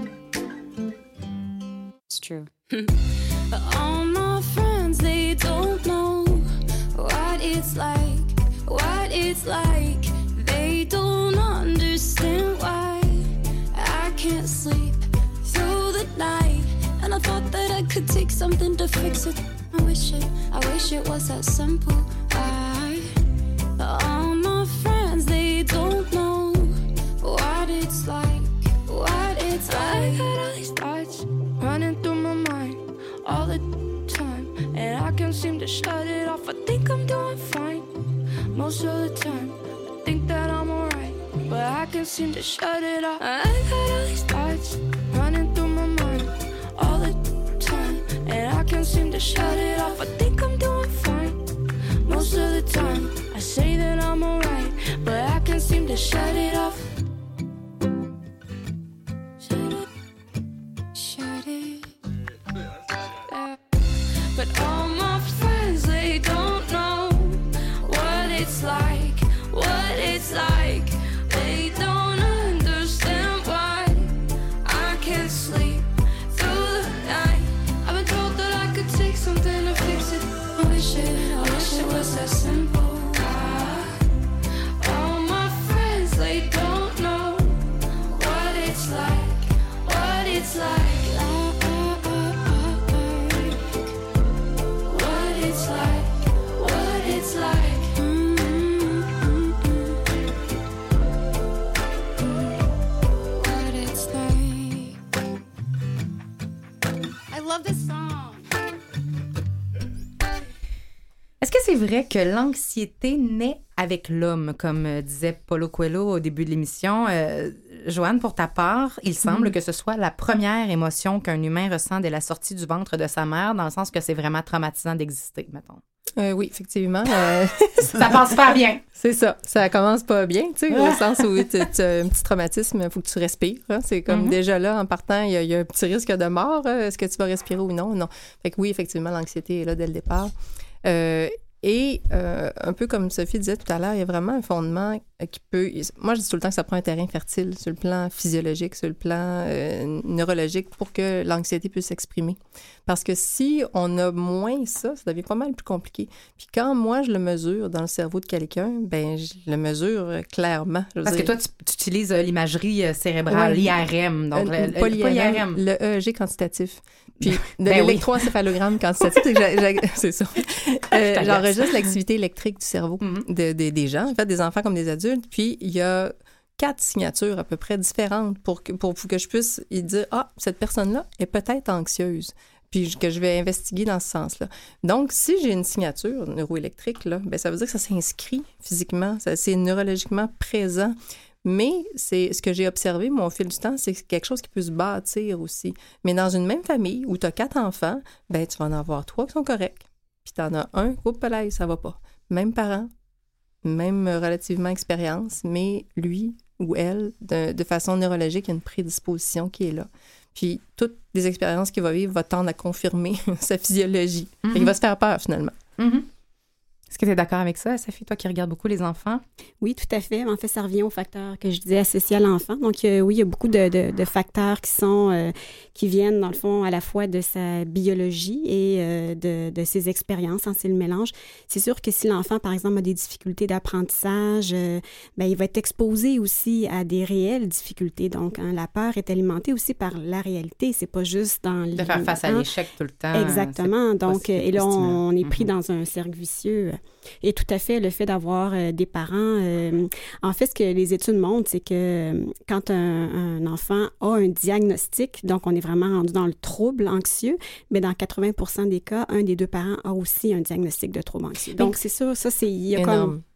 It's true. But all my friends, they don't know what it's like, what it's like. They don't understand why I can't sleep through the night. And I thought that I could take something to fix it. I wish it, I wish it was that simple. I, all my friends, they don't know what it's like, what it's like. I got all these thoughts running through my mind all the time, and I can't seem to shut it off. I think I'm doing fine most of the time. I think that I'm alright, but I can't seem to shut it off. I got all these thoughts running through my mind all the time, and I can't seem to shut it off. I think I'm doing fine most of the time. I say that I'm alright, but I can't seem to shut it off. Shut it, shut it. Yeah. But all my friends, they don't know what it's like, what it's like. They don't understand why I can't sleep through the night. I've been told that I could take something to fix it. I wish it, I wish it was that simple. Ah, all my friends, they don't know what it's like, what it's like. What it's like, what it's like. Mm-hmm. What it's like. I love this song. Est-ce que c'est vrai que l'anxiété naît avec l'homme, comme euh, disait Paulo Coelho au début de l'émission? Euh, Joanne, pour ta part, il semble mm-hmm. que ce soit la première émotion qu'un humain ressent dès la sortie du ventre de sa mère, dans le sens que c'est vraiment traumatisant d'exister, mettons. Euh, oui, effectivement. Euh... ça passe pas bien. C'est ça. Ça commence pas bien, tu sais, au sens où tu as un petit traumatisme, il faut que tu respires. Hein. C'est comme mm-hmm. déjà là, en partant, il y, y a un petit risque de mort. Hein. Est-ce que tu vas respirer ou non? Non. Fait que oui, effectivement, l'anxiété est là dès le départ. Euh, et euh, un peu comme Sophie disait tout à l'heure, il y a vraiment un fondement qui peut... Moi, je dis tout le temps que ça prend un terrain fertile sur le plan physiologique, sur le plan euh, neurologique pour que l'anxiété puisse s'exprimer. Parce que si on a moins ça, ça devient pas mal plus compliqué. Puis quand moi, je le mesure dans le cerveau de quelqu'un, ben je le mesure clairement. Parce dire... que toi, tu, tu utilises euh, l'imagerie cérébrale, ouais. l'I R M. Donc, euh, le, pas le, l'I R M, pas l'I R M, le E E G quantitatif. Puis de ben l'électroencéphalogramme oui. quantitatif, c'est, j'ai, j'ai, c'est ça. Euh, j'enregistre l'activité électrique du cerveau mm-hmm. de, de, des gens, en fait, des enfants comme des adultes. Puis il y a quatre signatures à peu près différentes pour que, pour, pour que je puisse dire « Ah, cette personne-là est peut-être anxieuse ». Puis que je vais investiguer dans ce sens-là. Donc, si j'ai une signature neuroélectrique, là, bien, ça veut dire que ça s'inscrit physiquement, ça, c'est neurologiquement présent. Mais c'est ce que j'ai observé, mon fil du temps, c'est quelque chose qui peut se bâtir aussi. Mais dans une même famille où tu as quatre enfants, ben tu vas en avoir trois qui sont corrects. Puis tu en as un, oups, là, ça va pas. Même parent, même relativement expérience, mais lui ou elle, de, de façon neurologique, il y a une prédisposition qui est là. Puis toutes les expériences qu'il va vivre vont tendre à confirmer sa physiologie. Mm-hmm. Il va se faire peur, finalement. Mm-hmm. Est-ce que tu es d'accord avec ça, Sophie, toi qui regardes beaucoup les enfants? Oui, tout à fait. En fait, ça revient au facteur que je disais associé à l'enfant. Donc, euh, oui, il y a beaucoup de, de, de facteurs qui sont, euh, qui viennent, dans le fond, à la fois de sa biologie et euh, de, de ses expériences. Hein, c'est le mélange. C'est sûr que si l'enfant, par exemple, a des difficultés d'apprentissage, euh, ben, il va être exposé aussi à des réelles difficultés. Donc, hein, la peur est alimentée aussi par la réalité. C'est pas juste dans... De faire face à l'échec tout le temps. Exactement. Donc, et là, on, on est pris mm-hmm. dans un cercle vicieux. Et tout à fait, le fait d'avoir euh, des parents... Euh, en fait, ce que les études montrent, c'est que euh, quand un, un enfant a un diagnostic, donc on est vraiment rendu dans le trouble anxieux, mais dans quatre-vingts pour cent des cas, un des deux parents a aussi un diagnostic de trouble anxieux. Donc, c'est ça, ça, c'est... Il y a énorme. comme...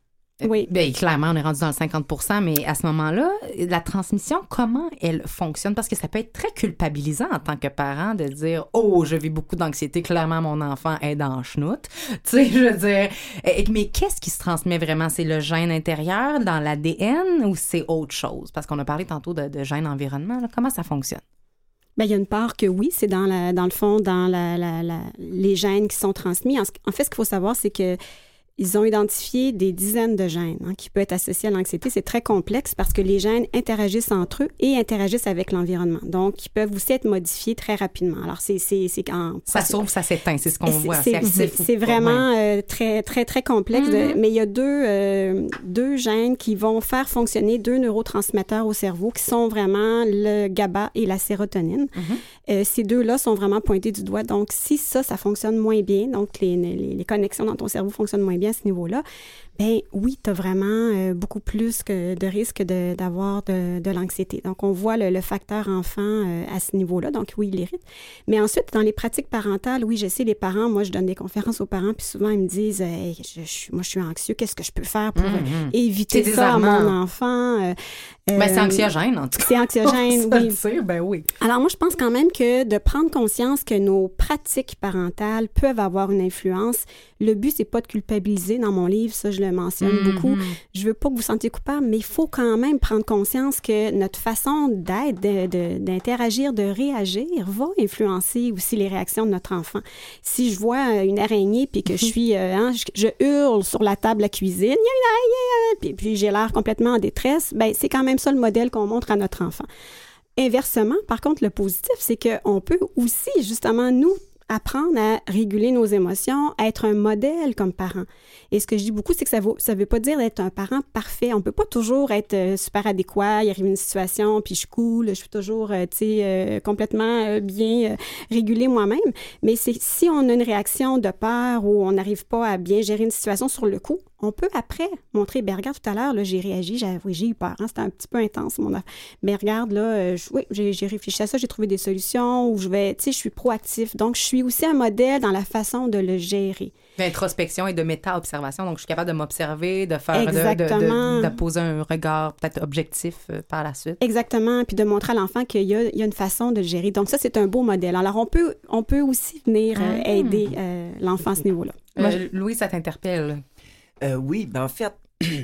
Oui. Bien, clairement, on est rendu dans le cinquante pour cent, mais à ce moment-là, la transmission, comment elle fonctionne? Parce que ça peut être très culpabilisant en tant que parent de dire « Oh, je vis beaucoup d'anxiété, clairement, mon enfant est dans le chenoute. » Tu sais, je veux dire, mais qu'est-ce qui se transmet vraiment? C'est le gène intérieur dans l'A D N ou c'est autre chose? Parce qu'on a parlé tantôt de, de gène environnement. Là. Comment ça fonctionne? Bien, il y a une part que oui, c'est dans, la, dans le fond, dans la, la, la, les gènes qui sont transmis. En, en fait, ce qu'il faut savoir, c'est que ils ont identifié des dizaines de gènes hein, qui peuvent être associés à l'anxiété. C'est très complexe parce que les gènes interagissent entre eux et interagissent avec l'environnement. Donc, ils peuvent aussi être modifiés très rapidement. Alors, c'est... c'est, c'est quand, ça s'ouvre, ça s'éteint, c'est ce qu'on c'est, voit. C'est, c'est, c'est, c'est vraiment euh, très, très, très complexe. Mm-hmm. De, mais il y a deux, euh, deux gènes qui vont faire fonctionner deux neurotransmetteurs au cerveau qui sont vraiment le GABA et la sérotonine. Mm-hmm. Euh, ces deux-là sont vraiment pointés du doigt. Donc, si ça, ça fonctionne moins bien, donc les, les, les connexions dans ton cerveau fonctionnent moins bien à ce niveau-là, bien oui, tu as vraiment euh, beaucoup plus que de risques de, d'avoir de, de l'anxiété. Donc, on voit le, le facteur enfant euh, à ce niveau-là. Donc, oui, il hérite. Mais ensuite, dans les pratiques parentales, oui, je sais, les parents, moi, je donne des conférences aux parents, puis souvent, ils me disent hey, je, je, moi, je suis anxieux, qu'est-ce que je peux faire pour mm-hmm. éviter ça à mon enfant? Euh, ben, c'est anxiogène, en tout cas. C'est anxiogène, oui. Dire, ben oui. Alors, moi, je pense quand même que de prendre conscience que nos pratiques parentales peuvent avoir une influence. Le but, c'est pas de culpabiliser. Dans mon livre, ça, je le mentionne mm-hmm. beaucoup. Je veux pas que vous sentiez coupable, mais il faut quand même prendre conscience que notre façon d'être, de, de, d'interagir, de réagir va influencer aussi les réactions de notre enfant. Si je vois une araignée puis que je suis, euh, hein, je, je hurle sur la table de la cuisine, il y a une araignée, puis, puis j'ai l'air complètement en détresse, ben c'est quand même ça le modèle qu'on montre à notre enfant. Inversement, par contre, le positif, c'est qu'on peut aussi, justement, nous, apprendre à réguler nos émotions, à être un modèle comme parent. Et ce que je dis beaucoup, c'est que ça ne ça veut pas dire d'être un parent parfait. On ne peut pas toujours être euh, super adéquat, il arrive une situation, puis je coule, je suis toujours, euh, tu sais, euh, complètement euh, bien euh, régulée moi-même. Mais c'est si on a une réaction de peur ou on n'arrive pas à bien gérer une situation sur le coup, on peut après montrer, ben regarde, tout à l'heure, là, j'ai réagi, j'ai, oui, j'ai eu peur, hein, c'était un petit peu intense, mon affaire. Mais regarde, là, euh, je, oui, j'ai, j'ai réfléchi à ça, j'ai trouvé des solutions, ou je vais, tu sais, je suis proactif. Donc, je suis aussi un modèle dans la façon de le gérer. D'introspection et de méta-observation, donc je suis capable de m'observer, de faire, de, de, de, de poser un regard peut-être objectif euh, par la suite. Exactement, puis de montrer à l'enfant qu'il y a, il y a une façon de le gérer. Donc ça, c'est un beau modèle. Alors, on peut, on peut aussi venir euh, ah. aider euh, l'enfant à ce niveau-là. Euh, Moi, je... Louis, ça t'interpelle? Euh, oui, ben en fait,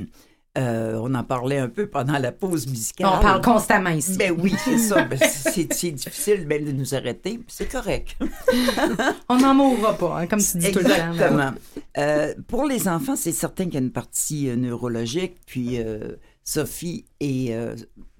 euh, on en parlait un peu pendant la pause musicale. On parle constamment ici. Ben oui, c'est ça. Ben, c'est, c'est difficile même de nous arrêter, c'est correct. On n'en mourra pas, hein, comme tu dis Exactement. tout le temps. Exactement. Euh, pour les enfants, c'est certain qu'il y a une partie euh, neurologique, puis euh, Sophie et... Euh,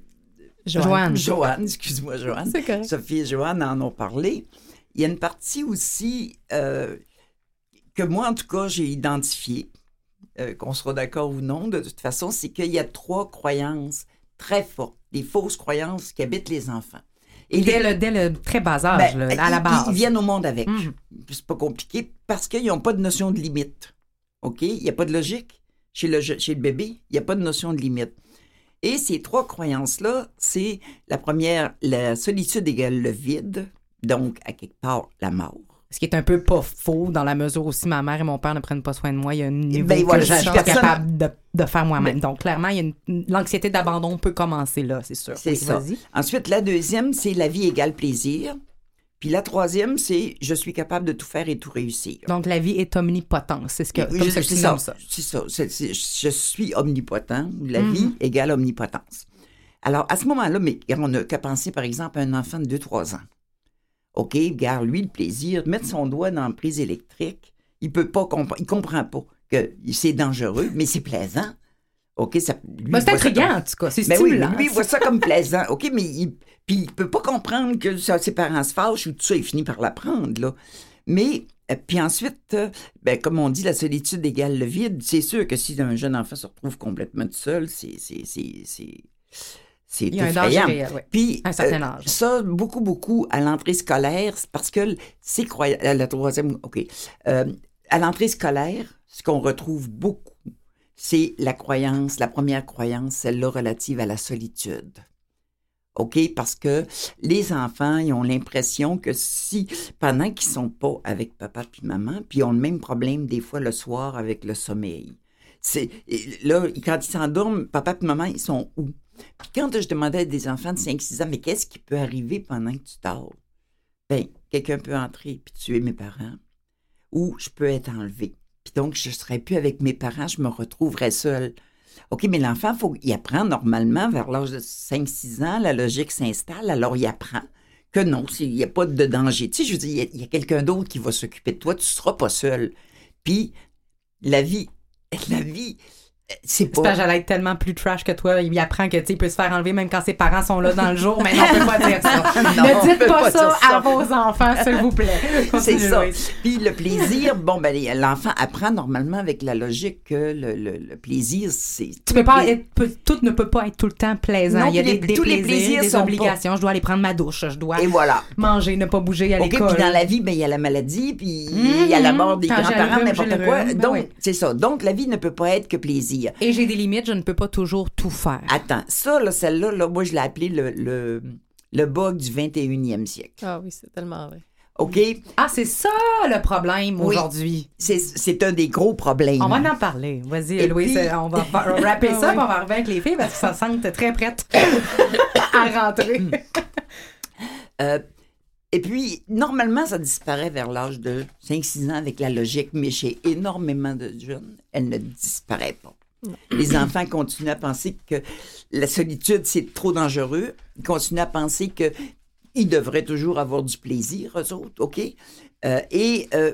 Joanne. Joanne, excuse-moi, Joanne. C'est correct. Sophie et Joanne en ont parlé. Il y a une partie aussi euh, que moi, en tout cas, j'ai identifiée. Euh, qu'on sera d'accord ou non, de toute façon, c'est qu'il y a trois croyances très fortes, des fausses croyances qui habitent les enfants. Et dès, les... le, dès le très bas âge, ben, là, à la base. Ils viennent au monde avec. Mm. C'est pas compliqué parce qu'ils n'ont pas de notion de limite. OK? Il n'y a pas de logique. Chez le, chez le bébé, il n'y a pas de notion de limite. Et ces trois croyances-là, c'est la première, la solitude égale le vide, donc à quelque part la mort. Ce qui est un peu pas faux, dans la mesure où si ma mère et mon père ne prennent pas soin de moi, il y a un niveau ben, voilà, que je suis personne... capable de, de faire moi-même. Ben, Donc, clairement, il y a une, l'anxiété d'abandon peut commencer là, c'est sûr. C'est oui, ça. Vas-y. Ensuite, la deuxième, c'est la vie égale plaisir. Puis la troisième, c'est je suis capable de tout faire et tout réussir. Donc, la vie est omnipotence. C'est ce que oui, comme je, ça, c'est, ça. ça, c'est ça. C'est, c'est, je suis omnipotent. La Mm-hmm. vie égale omnipotence. Alors, à ce moment-là, mais on n'a qu'à penser, par exemple, à un enfant de deux trois ans. OK, regarde, lui, le plaisir, mettre son doigt dans la prise électrique, il peut pas comprendre, il comprend pas que c'est dangereux, mais c'est plaisant. OK, ça... Lui, ben, c'est intriguant, comme... en tout cas, c'est stimulant. Oui, lui, il voit ça comme plaisant. OK, mais il... Puis il peut pas comprendre que ça, ses parents se fâchent ou tout ça, il finit par l'apprendre, là. Mais, euh, puis ensuite, euh, ben, comme on dit, la solitude égale le vide. C'est sûr que si un jeune enfant se retrouve complètement tout seul, c'est... c'est, c'est, c'est... C'est il y a effrayant. un danger réel, oui. Puis, à un certain euh, âge. Ça, beaucoup, beaucoup, à l'entrée scolaire, parce que c'est croyant. La troisième, OK. Euh, à l'entrée scolaire, ce qu'on retrouve beaucoup, c'est la croyance, la première croyance, celle-là relative à la solitude. OK? Parce que les enfants, ils ont l'impression que si, pendant qu'ils sont pas avec papa puis maman, puis ils ont le même problème des fois le soir avec le sommeil. c'est, là, quand ils s'endorment, papa et maman, ils sont où? Puis quand je demandais à des enfants de cinq six ans, mais qu'est-ce qui peut arriver pendant que tu dors? Bien, quelqu'un peut entrer puis tuer mes parents, ou je peux être enlevée. Puis donc, je ne serais plus avec mes parents, je me retrouverais seule. OK, mais l'enfant, faut, il apprend normalement vers l'âge de cinq six ans, la logique s'installe, alors il apprend que non, il n'y a pas de danger. Tu sais, je veux dire, il y a, il y a quelqu'un d'autre qui va s'occuper de toi, tu ne seras pas seul. Puis, la vie, la vie, c'est pas... J'espère que j'allais être tellement plus trash que toi. Il apprend que, tu sais, il peut se faire enlever même quand ses parents sont là dans le jour, mais non, on peut pas dire ça. Non, ne dites pas, pas ça, ça à vos enfants, s'il vous plaît. C'est ça. Puis le plaisir, bon, ben, l'enfant apprend normalement avec la logique que le, le, le plaisir, c'est... Tu peux pas être, peut, tout ne peut pas être tout le temps plaisant. Non, il y a les, des, des tous plaisirs, les plaisirs des sont obligations. pas... Je dois aller prendre ma douche, je dois Et voilà. manger, ne pas bouger à OK, l'école. puis dans la vie, ben, il y a la maladie, puis Mmh, il y a la mort des quand grands-parents, n'importe quoi. Ben Donc, oui. c'est ça. Donc, la vie ne peut pas être que plaisir. Et j'ai des limites, je ne peux pas toujours tout faire. Attends, ça, là, celle-là, là, moi, je l'ai appelé le, le, le bug du vingt et unième siècle. Ah oui, c'est tellement vrai. OK? Ah, c'est ça le problème Oui. aujourd'hui. C'est, c'est un des gros problèmes. On va en parler. Vas-y, Et Louise, puis- on va fa- rapper ça, puis on va arriver avec les filles parce que ça sent très prête à rentrer. Euh, et puis, normalement, ça disparaît vers l'âge de cinq six ans avec la logique, mais chez énormément de jeunes, elle ne disparaît pas. Non. Les enfants continuent à penser que la solitude, c'est trop dangereux. Ils continuent à penser qu'ils devraient toujours avoir du plaisir, eux autres, OK? Euh, et euh,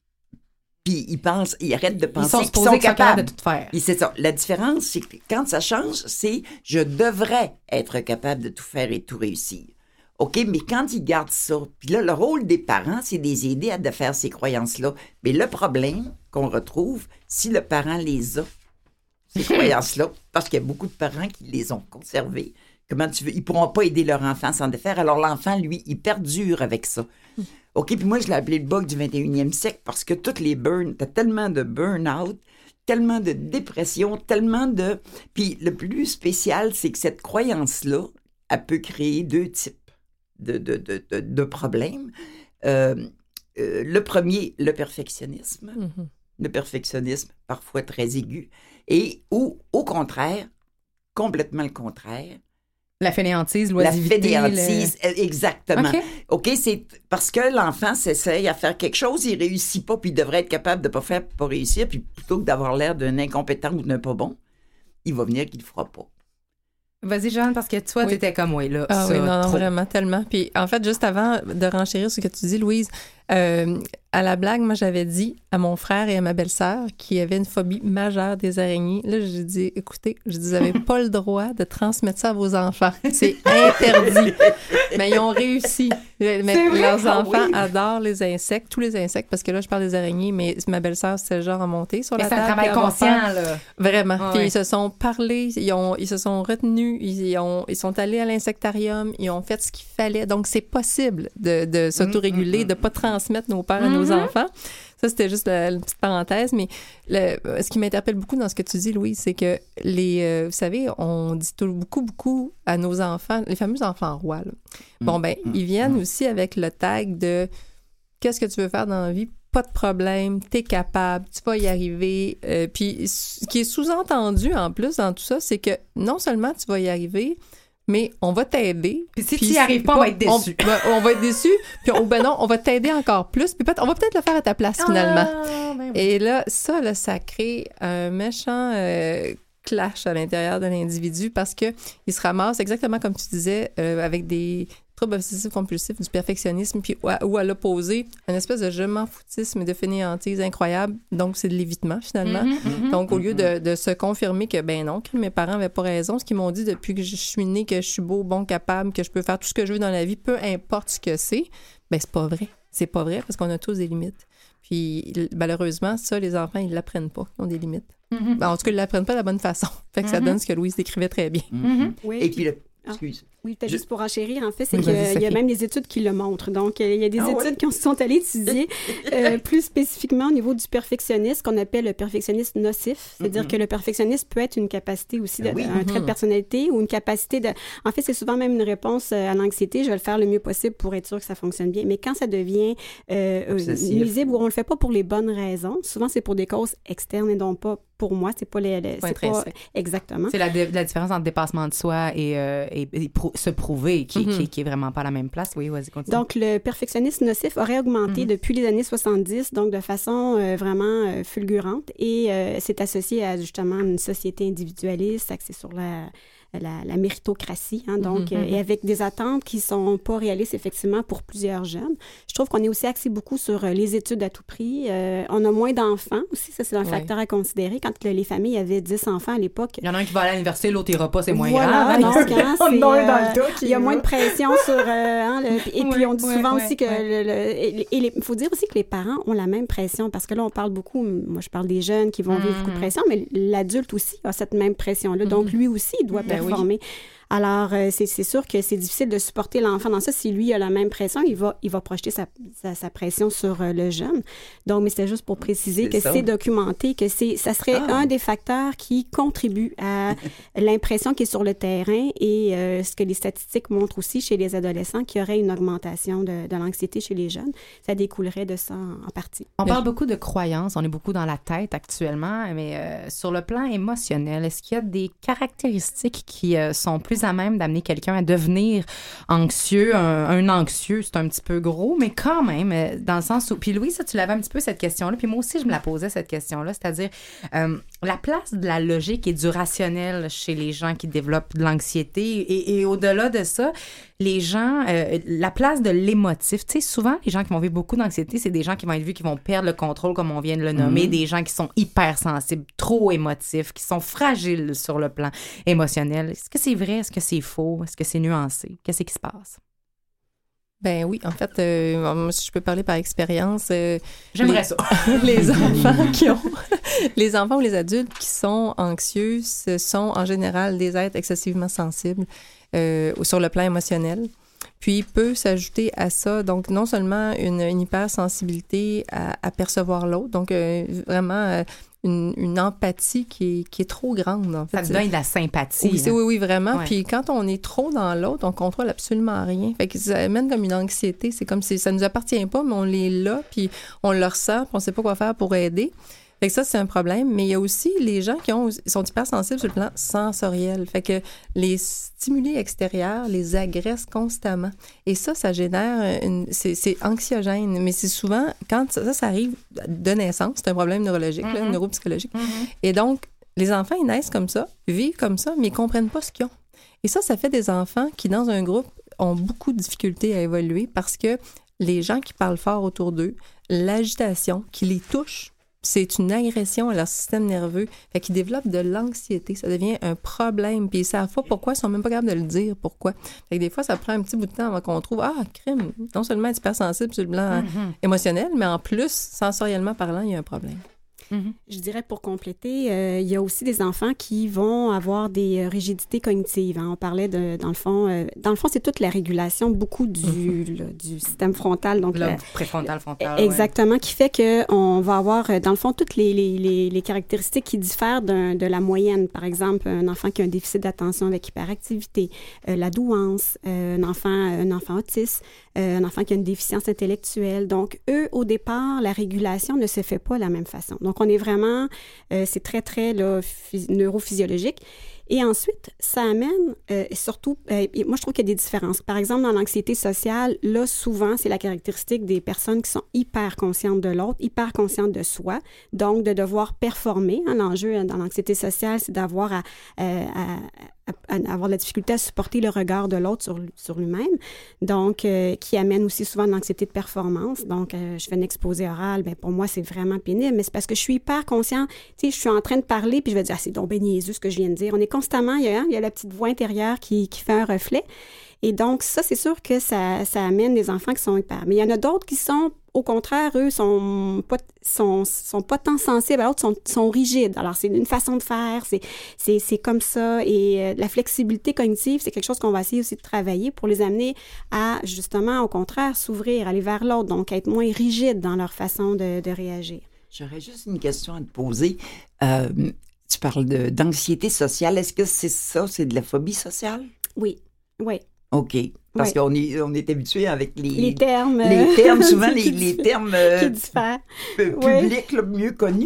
puis ils pensent, ils arrêtent de Ils penser sont qu'ils supposés sont être capables capables. de tout faire. Puis c'est ça. La différence, c'est que quand ça change, c'est je devrais être capable de tout faire et tout réussir. OK, mais quand ils gardent ça, puis là, le rôle des parents, c'est de les aider à défaire ces croyances-là. Mais le problème qu'on retrouve, si le parent les a, ces croyances-là, parce qu'il y a beaucoup de parents qui les ont conservées, comment tu veux, ils ne pourront pas aider leur enfant à s'en défaire. Alors l'enfant, lui, il perdure avec ça. OK, puis moi, je l'ai appelé le bug du vingt et unième siècle parce que toutes les burn, t'as tellement de burn-out, tellement de dépression, tellement de... Puis le plus spécial, c'est que cette croyance-là, elle peut créer deux types de, de, de, de, de problèmes. Euh, euh, le premier, le perfectionnisme. Mm-hmm. Le perfectionnisme, parfois très aigu. Et ou, au contraire, complètement le contraire, La fainéantise, la l'oisivité. fainéantise, le... euh, exactement. OK. OK, c'est parce que l'enfant s'essaye à faire quelque chose, il réussit pas, puis il devrait être capable de pas faire pour pas réussir, puis plutôt que d'avoir l'air d'un incompétent ou d'un pas bon, il va venir qu'il le fera pas. Vas-y, Jeanne, parce que toi, Oui. t'étais comme, oui, là, Ah ça, oui, non, non, trop. vraiment, tellement. Puis en fait, juste avant de renchérir ce que tu dis, Louise, euh, à la blague, moi, j'avais dit à mon frère et à ma belle-sœur qui avaient une phobie majeure des araignées. Là, j'ai dit, écoutez, je dis, vous n'avez pas le droit de transmettre ça à vos enfants. C'est interdit. Mais ils ont réussi. Mais vrai? leurs Ah enfants oui. adorent les insectes, tous les insectes, parce que là, je parle des araignées, mais ma belle-sœur, c'est le genre à monter sur Mais la c'est un table. travail puis avoir conscient, peur. là. Vraiment. Ah Puis ouais. ils se sont parlé, ils, ont, ils se sont retenus, ils, ont, ils sont allés à l'insectarium, ils ont fait ce qu'il fallait. Donc, c'est possible de, de s'autoréguler, de ne pas transmettre nos peurs à nos Mm-hmm. enfants. Ça, c'était juste la, une petite parenthèse. Mais le, ce qui m'interpelle beaucoup dans ce que tu dis, Louise, c'est que les, euh, vous savez, on dit tout, beaucoup, beaucoup à nos enfants, les fameux enfants rois. Là. Bon, ben, ils viennent aussi avec le tag de qu'est-ce que tu veux faire dans la vie? Pas de problème, t'es capable, tu vas y arriver. Euh, puis, ce qui est sous-entendu en plus dans tout ça, c'est que non seulement tu vas y arriver, mais on va t'aider. Puis si tu y arrives pas, on va être déçu. On, ben, on va être déçu, puis on, ben non, on va t'aider encore plus, puis peut-être, on va peut-être le faire à ta place finalement. Ah, ben oui. Et là, ça, là, ça crée un méchant euh, clash à l'intérieur de l'individu parce que il se ramasse exactement comme tu disais, euh, avec des troubles obsessifs compulsifs, du perfectionnisme, puis ou à, ou à l'opposé, une espèce de je m'en foutisme et de fainéantise incroyable. Donc, c'est de l'évitement finalement. Mhm, mhm. Donc, au lieu de, de se confirmer que, ben non, que mes parents n'avaient pas raison, ce qu'ils m'ont dit depuis que je suis née, que je suis beau, bon, capable, que je peux faire tout ce que je veux dans la vie, peu importe ce que c'est, ben c'est pas vrai. C'est pas vrai parce qu'on a tous des limites. Puis, malheureusement, ça, les enfants, ils l'apprennent pas. Ils ont des limites. Mhm. Ben, en tout cas, ils l'apprennent pas de la bonne façon. Fait que ça Mhm. donne ce que Louise décrivait très bien. Mhm. Oui, Et puis, le... Ah. excuse. Oui, peut-être Je- juste pour enchérir, en fait, c'est Oui, qu'il vas-y, y a Sophie. même des études qui le montrent. Donc, euh, il y a des Ah études ouais? qui ont- sont allées étudier euh, plus spécifiquement au niveau du perfectionnisme, qu'on appelle le perfectionnisme nocif. C'est-à dire Mhm. que le perfectionnisme peut être une capacité aussi, de, Ah oui. un trait de personnalité ou une capacité de... En fait, c'est souvent même une réponse euh, à l'anxiété. Je vais le faire le mieux possible pour être sûr que ça fonctionne bien. Mais quand ça devient euh, euh, Obsessif. nuisible ou on le fait pas pour les bonnes raisons, souvent c'est pour des causes externes et non pas pour moi, c'est pas les, les Pas c'est pas exactement. C'est la, la différence entre dépassement de soi et, euh, et, et prou- se prouver qui, mm-hmm. qui, qui est vraiment pas à la même place. Oui, vas-y, continue. Donc, le perfectionnisme nocif aurait augmenté mm-hmm. depuis les années soixante-dix, donc de façon euh, vraiment euh, fulgurante, et euh, c'est associé à justement une société individualiste axée sur la La, la méritocratie, hein, donc, mm-hmm. euh, et avec des attentes qui sont pas réalistes, effectivement, pour plusieurs jeunes. Je trouve qu'on est aussi axé beaucoup sur euh, les études à tout prix. Euh, on a moins d'enfants aussi, ça, c'est un ouais. facteur à considérer. Quand le, les familles avaient dix enfants à l'époque... Il y en a un qui va aller à l'université, l'autre ira pas, c'est moins voilà, grave. Donc, hein, c'est, euh, il y a moins de pression sur... Euh, hein, le, et ouais, puis, on dit ouais, souvent ouais, aussi que... ouais. Le, le, et il faut dire aussi que les parents ont la même pression, parce que là, on parle beaucoup... Moi, je parle des jeunes qui vont mm-hmm. vivre beaucoup de pression, mais l'adulte aussi a cette même pression-là. Mm-hmm. Donc, lui aussi, il doit ben performer. Oui. Alors, euh, c'est, c'est sûr que c'est difficile de supporter l'enfant dans ça. Si lui a la même pression, il va, il va projeter sa, sa, sa pression sur euh, le jeune. Donc, mais c'était juste pour préciser c'est que ça. C'est documenté, que c'est, ça serait ah. un des facteurs qui contribue à l'impression qui est sur le terrain et euh, ce que les statistiques montrent aussi chez les adolescents, qu'il y aurait une augmentation de, de l'anxiété chez les jeunes. Ça découlerait de ça en, en partie. On parle beaucoup de croyances, on est beaucoup dans la tête actuellement, mais euh, sur le plan émotionnel, est-ce qu'il y a des caractéristiques qui euh, sont plus à même d'amener quelqu'un à devenir anxieux, un, un anxieux, c'est un petit peu gros, mais quand même, dans le sens où... Puis Louise, ça, tu l'avais un petit peu cette question-là, puis moi aussi, je me la posais, cette question-là, c'est-à-dire euh, la place de la logique et du rationnel chez les gens qui développent de l'anxiété, et, et au-delà de ça, les gens, euh, la place de l'émotif. Tu sais, souvent, les gens qui vont vivre beaucoup d'anxiété, c'est des gens qui vont être vus, qui vont perdre le contrôle, comme on vient de le nommer, mmh. des gens qui sont hypersensibles, trop émotifs, qui sont fragiles sur le plan émotionnel. Est-ce que c'est vrai? Est-ce que c'est faux? Est-ce que c'est nuancé? Qu'est-ce qui se passe? Ben oui, en fait, euh, moi, si je peux parler par expérience... Euh, J'aimerais les, ça. les enfants qui ont... Les enfants ou les adultes qui sont anxieux, ce sont en général des êtres excessivement sensibles euh, sur le plan émotionnel. Puis, peut s'ajouter à ça, donc, non seulement une, une hypersensibilité à, à percevoir l'autre, donc euh, vraiment euh, une, une empathie qui est, qui est trop grande, en fait. Ça te donne de la sympathie. Oui, hein? oui, oui, vraiment. Ouais. Puis, quand on est trop dans l'autre, on contrôle absolument rien. Fait que ça amène comme une anxiété. C'est comme si ça nous appartient pas, mais on est là, puis on le ressent, puis on sait pas quoi faire pour aider. Fait que ça, c'est un problème. Mais il y a aussi les gens qui ont, sont hypersensibles sur le plan sensoriel. Fait que les stimuli extérieurs les agressent constamment. Et ça, ça génère une... C'est, c'est anxiogène. Mais c'est souvent... Quand ça, ça arrive de naissance, c'est un problème neurologique, mm-hmm. là, neuropsychologique. Mm-hmm. Et donc, les enfants, ils naissent comme ça, vivent comme ça, mais ils comprennent pas ce qu'ils ont. Et ça, ça fait des enfants qui, dans un groupe, ont beaucoup de difficultés à évoluer parce que les gens qui parlent fort autour d'eux, l'agitation qui les touche, c'est une agression à leur système nerveux. Fait qu'ils développent de l'anxiété. Ça devient un problème. Puis ils savent pas pourquoi. Ils sont même pas capables de le dire pourquoi. Fait que des fois, ça prend un petit bout de temps avant qu'on trouve, ah, crime, non seulement être hypersensible sur le plan mm-hmm. émotionnel, mais en plus, sensoriellement parlant, il y a un problème. Mm-hmm. Je dirais pour compléter, euh, il y a aussi des enfants qui vont avoir des euh, rigidités cognitives. Hein. On parlait de, dans le fond, euh, dans le fond, c'est toute la régulation, beaucoup du, mm-hmm. le, du système frontal, donc le préfrontal frontal. Exactement, ouais. qui fait que on va avoir, dans le fond, toutes les, les, les, les caractéristiques qui diffèrent d'un, de la moyenne. Par exemple, un enfant qui a un déficit d'attention avec hyperactivité, euh, la douance, euh, un enfant, un enfant autiste, euh, un enfant qui a une déficience intellectuelle. Donc, eux, au départ, la régulation ne se fait pas de la même façon. Donc, on est vraiment, euh, c'est très, très là, phys- neurophysiologique. Et ensuite, ça amène, euh, surtout, euh, moi je trouve qu'il y a des différences. Par exemple, dans l'anxiété sociale, là, souvent, c'est la caractéristique des personnes qui sont hyper conscientes de l'autre, hyper conscientes de soi, donc de devoir performer. Hein, l'enjeu dans l'anxiété sociale, c'est d'avoir à, euh, à, à, à avoir de la difficulté à supporter le regard de l'autre sur, sur lui-même, donc euh, qui amène aussi souvent de l'anxiété de performance. Donc, euh, je fais un exposé oral, bien pour moi, c'est vraiment pénible, mais c'est parce que je suis hyper consciente, tu sais, je suis en train de parler, puis je vais dire, ah, c'est donc ben niaiseux ce que je viens de dire. On est constamment, il y a, il y a la petite voix intérieure qui, qui fait un reflet. Et donc, ça, c'est sûr que ça, ça amène des enfants qui sont hyper. Mais il y en a d'autres qui sont, au contraire, eux, sont pas, sont, sont pas tant sensibles, alors sont, sont rigides. Alors, c'est une façon de faire, c'est, c'est, c'est comme ça. Et euh, la flexibilité cognitive, c'est quelque chose qu'on va essayer aussi de travailler pour les amener à, justement, au contraire, s'ouvrir, aller vers l'autre, donc être moins rigides dans leur façon de, de réagir. J'aurais juste une question à te poser. Euh, tu parles de, d'anxiété sociale. Est-ce que c'est ça, c'est de la phobie sociale? Oui, oui. OK. Parce oui. qu'on est, on est habitué avec les, les termes. Les termes, souvent les, les termes euh, qui diffèrent. P- oui. publics là, mieux connus.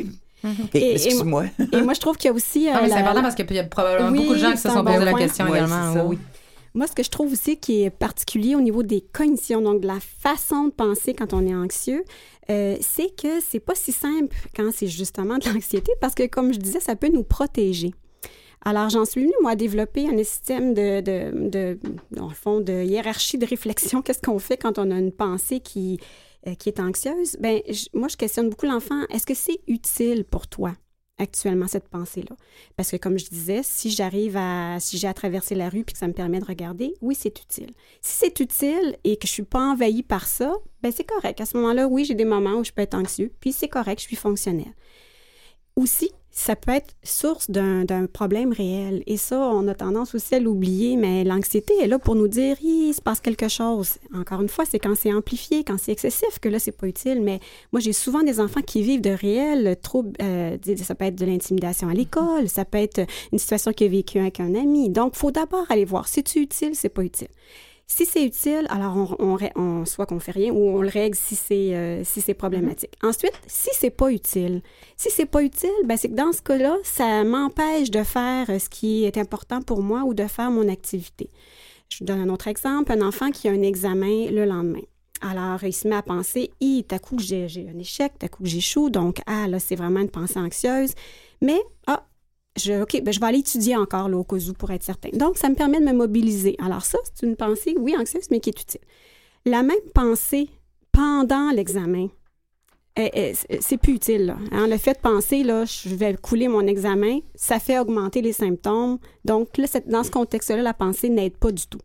Et, Et- et excuse-moi. Et moi, je trouve qu'il y a aussi... euh, Ah, mais c'est la- important parce qu'il y a probablement Oui, beaucoup de gens qui se c'est un sont bon posé la point. question Ouais, également. c'est ça. Oui. Moi, ce que je trouve aussi qui est particulier au niveau des cognitions, donc de la façon de penser quand on est anxieux, euh, c'est que c'est pas si simple quand c'est justement de l'anxiété parce que, comme je disais, ça peut nous protéger. Alors, j'en suis venue, moi, à développer un système de, de, de, dans le fond, de hiérarchie de réflexion. Qu'est-ce qu'on fait quand on a une pensée qui, euh, qui est anxieuse? Bien, je- moi, je questionne beaucoup l'enfant. Est-ce que c'est utile pour toi actuellement, cette pensée-là? Parce que, comme je disais, si j'arrive à, si j'ai à traverser la rue puis que ça me permet de regarder, oui, c'est utile. Si c'est utile et que je suis pas envahie par ça, bien, c'est correct. À ce moment-là, oui, j'ai des moments où je peux être anxieux, puis c'est correct, je suis fonctionnelle. Aussi, ça peut être source d'un, d'un problème réel. Et ça, on a tendance aussi à l'oublier, mais l'anxiété est là pour nous dire, il se passe quelque chose. Encore une fois, c'est quand c'est amplifié, quand c'est excessif, que là, c'est pas utile. Mais moi, j'ai souvent des enfants qui vivent de réels troubles. Euh, ça peut être de l'intimidation à l'école, ça peut être une situation qu'il a vécue avec un ami. Donc, il faut d'abord aller voir, c'est-tu utile, c'est pas utile. Si c'est utile, alors on, on, on soit qu'on fait rien ou on le règle si c'est euh, si c'est problématique. Ensuite, si c'est pas utile, si c'est pas utile, ben c'est que dans ce cas-là, ça m'empêche de faire ce qui est important pour moi ou de faire mon activité. Je vous donne un autre exemple, un enfant qui a un examen le lendemain. Alors, il se met à penser, « Hi, t'as coup que j'ai, j'ai un échec, t'as coup que j'échoue, donc, ah, là, c'est vraiment une pensée anxieuse. » Mais, ah, Je, OK, ben je vais aller étudier encore là, au cas où pour être certain. Donc, ça me permet de me mobiliser. Alors ça, c'est une pensée, oui, anxieuse, mais qui est utile. La même pensée pendant l'examen, eh, eh, c'est plus utile. Là, hein? Le fait de penser, là, je vais couler mon examen, ça fait augmenter les symptômes. Donc, là, cette, dans ce contexte-là, la pensée n'aide pas du tout.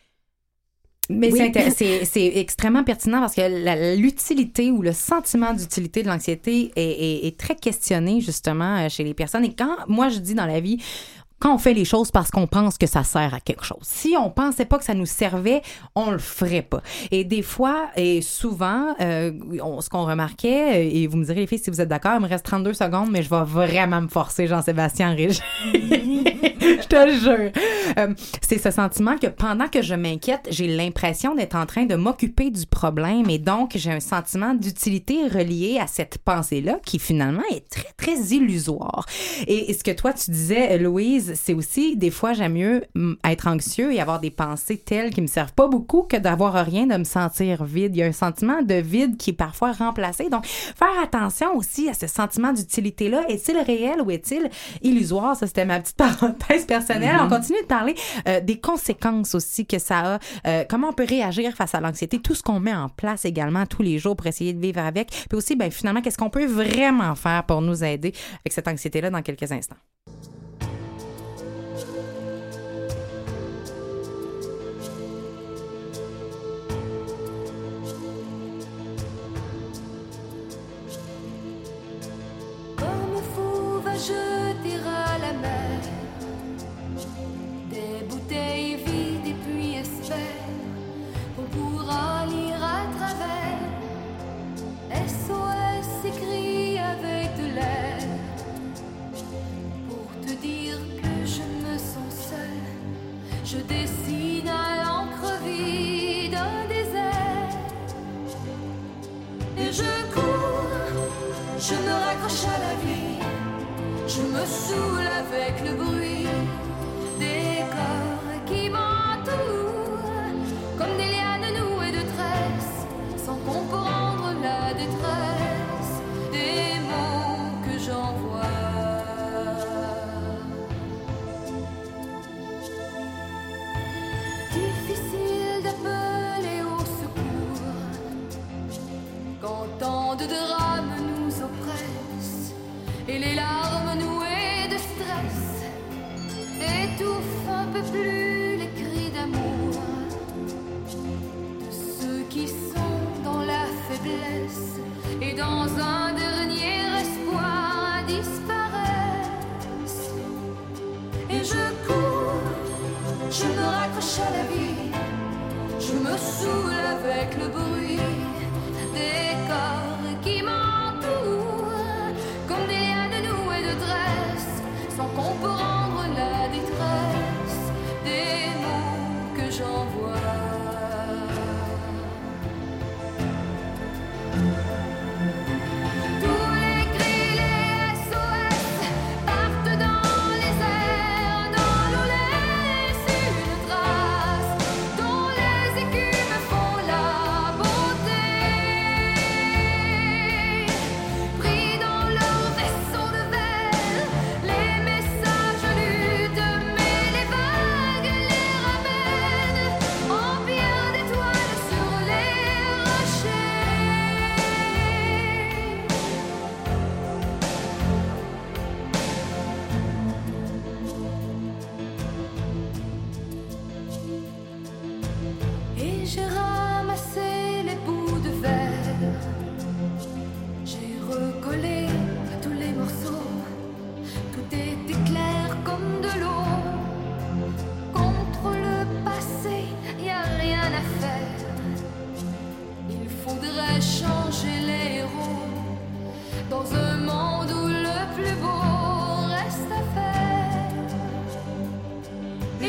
Mais Oui. c'est, intér- c'est, c'est extrêmement pertinent parce que la- l'utilité ou le sentiment d'utilité de l'anxiété est, est, est très questionné justement chez les personnes. Et quand moi je dis dans la vie, quand on fait les choses parce qu'on pense que ça sert à quelque chose. Si on pensait pas que ça nous servait, on le ferait pas. Et des fois, et souvent, euh, on, ce qu'on remarquait, et vous me direz les filles si vous êtes d'accord, il me reste trente-deux secondes, mais je vais vraiment me forcer, Jean-Sébastien en régie. Je te le jure. Euh, c'est ce sentiment que pendant que je m'inquiète, j'ai l'impression d'être en train de m'occuper du problème et donc j'ai un sentiment d'utilité relié à cette pensée-là qui finalement est très, très illusoire. Et, et ce que toi tu disais, Louise, c'est aussi des fois j'aime mieux mm, être anxieux et avoir des pensées telles qui me servent pas beaucoup que d'avoir rien, de me sentir vide. Il y a un sentiment de vide qui est parfois remplacé. Donc, faire attention aussi à ce sentiment d'utilité-là. Est-il réel ou est-il illusoire? Ça, c'était ma petite parenthèse personnelle. Mm-hmm. On continue de parler euh, des conséquences aussi que ça a. Euh, comment on peut réagir face à l'anxiété? Tout ce qu'on met en place également tous les jours pour essayer de vivre avec. Puis aussi, ben, finalement, qu'est-ce qu'on peut vraiment faire pour nous aider avec cette anxiété-là dans quelques instants? Comme fou va jeter à la mer des bouteilles vides et puis espère qu'on pourra lire à travers. S O S écrit avec de l'air pour te dire que je me sens seule. Je dessine à l'encre vide un désert et je cours. Je me raccroche à la vie, je me saoule avec le bruit des corps qui m'entourent, comme des lianes nouées de tresses, sans comprendre la détresse des mots que j'envoie. Difficile d'appeler au secours quand tant de drames nous oppressent et les larmes nouées de stress étouffent un peu plus les cris d'amour de ceux qui sont dans la faiblesse et dans un dernier espoir disparaissent. Et je cours, je me raccroche à la vie, je me saoule avec le bruit des corps qui m'entourent, comme des lianes nouées de tresse, sans comprendre la détresse des mots que j'envoie. Tous les cris, les S O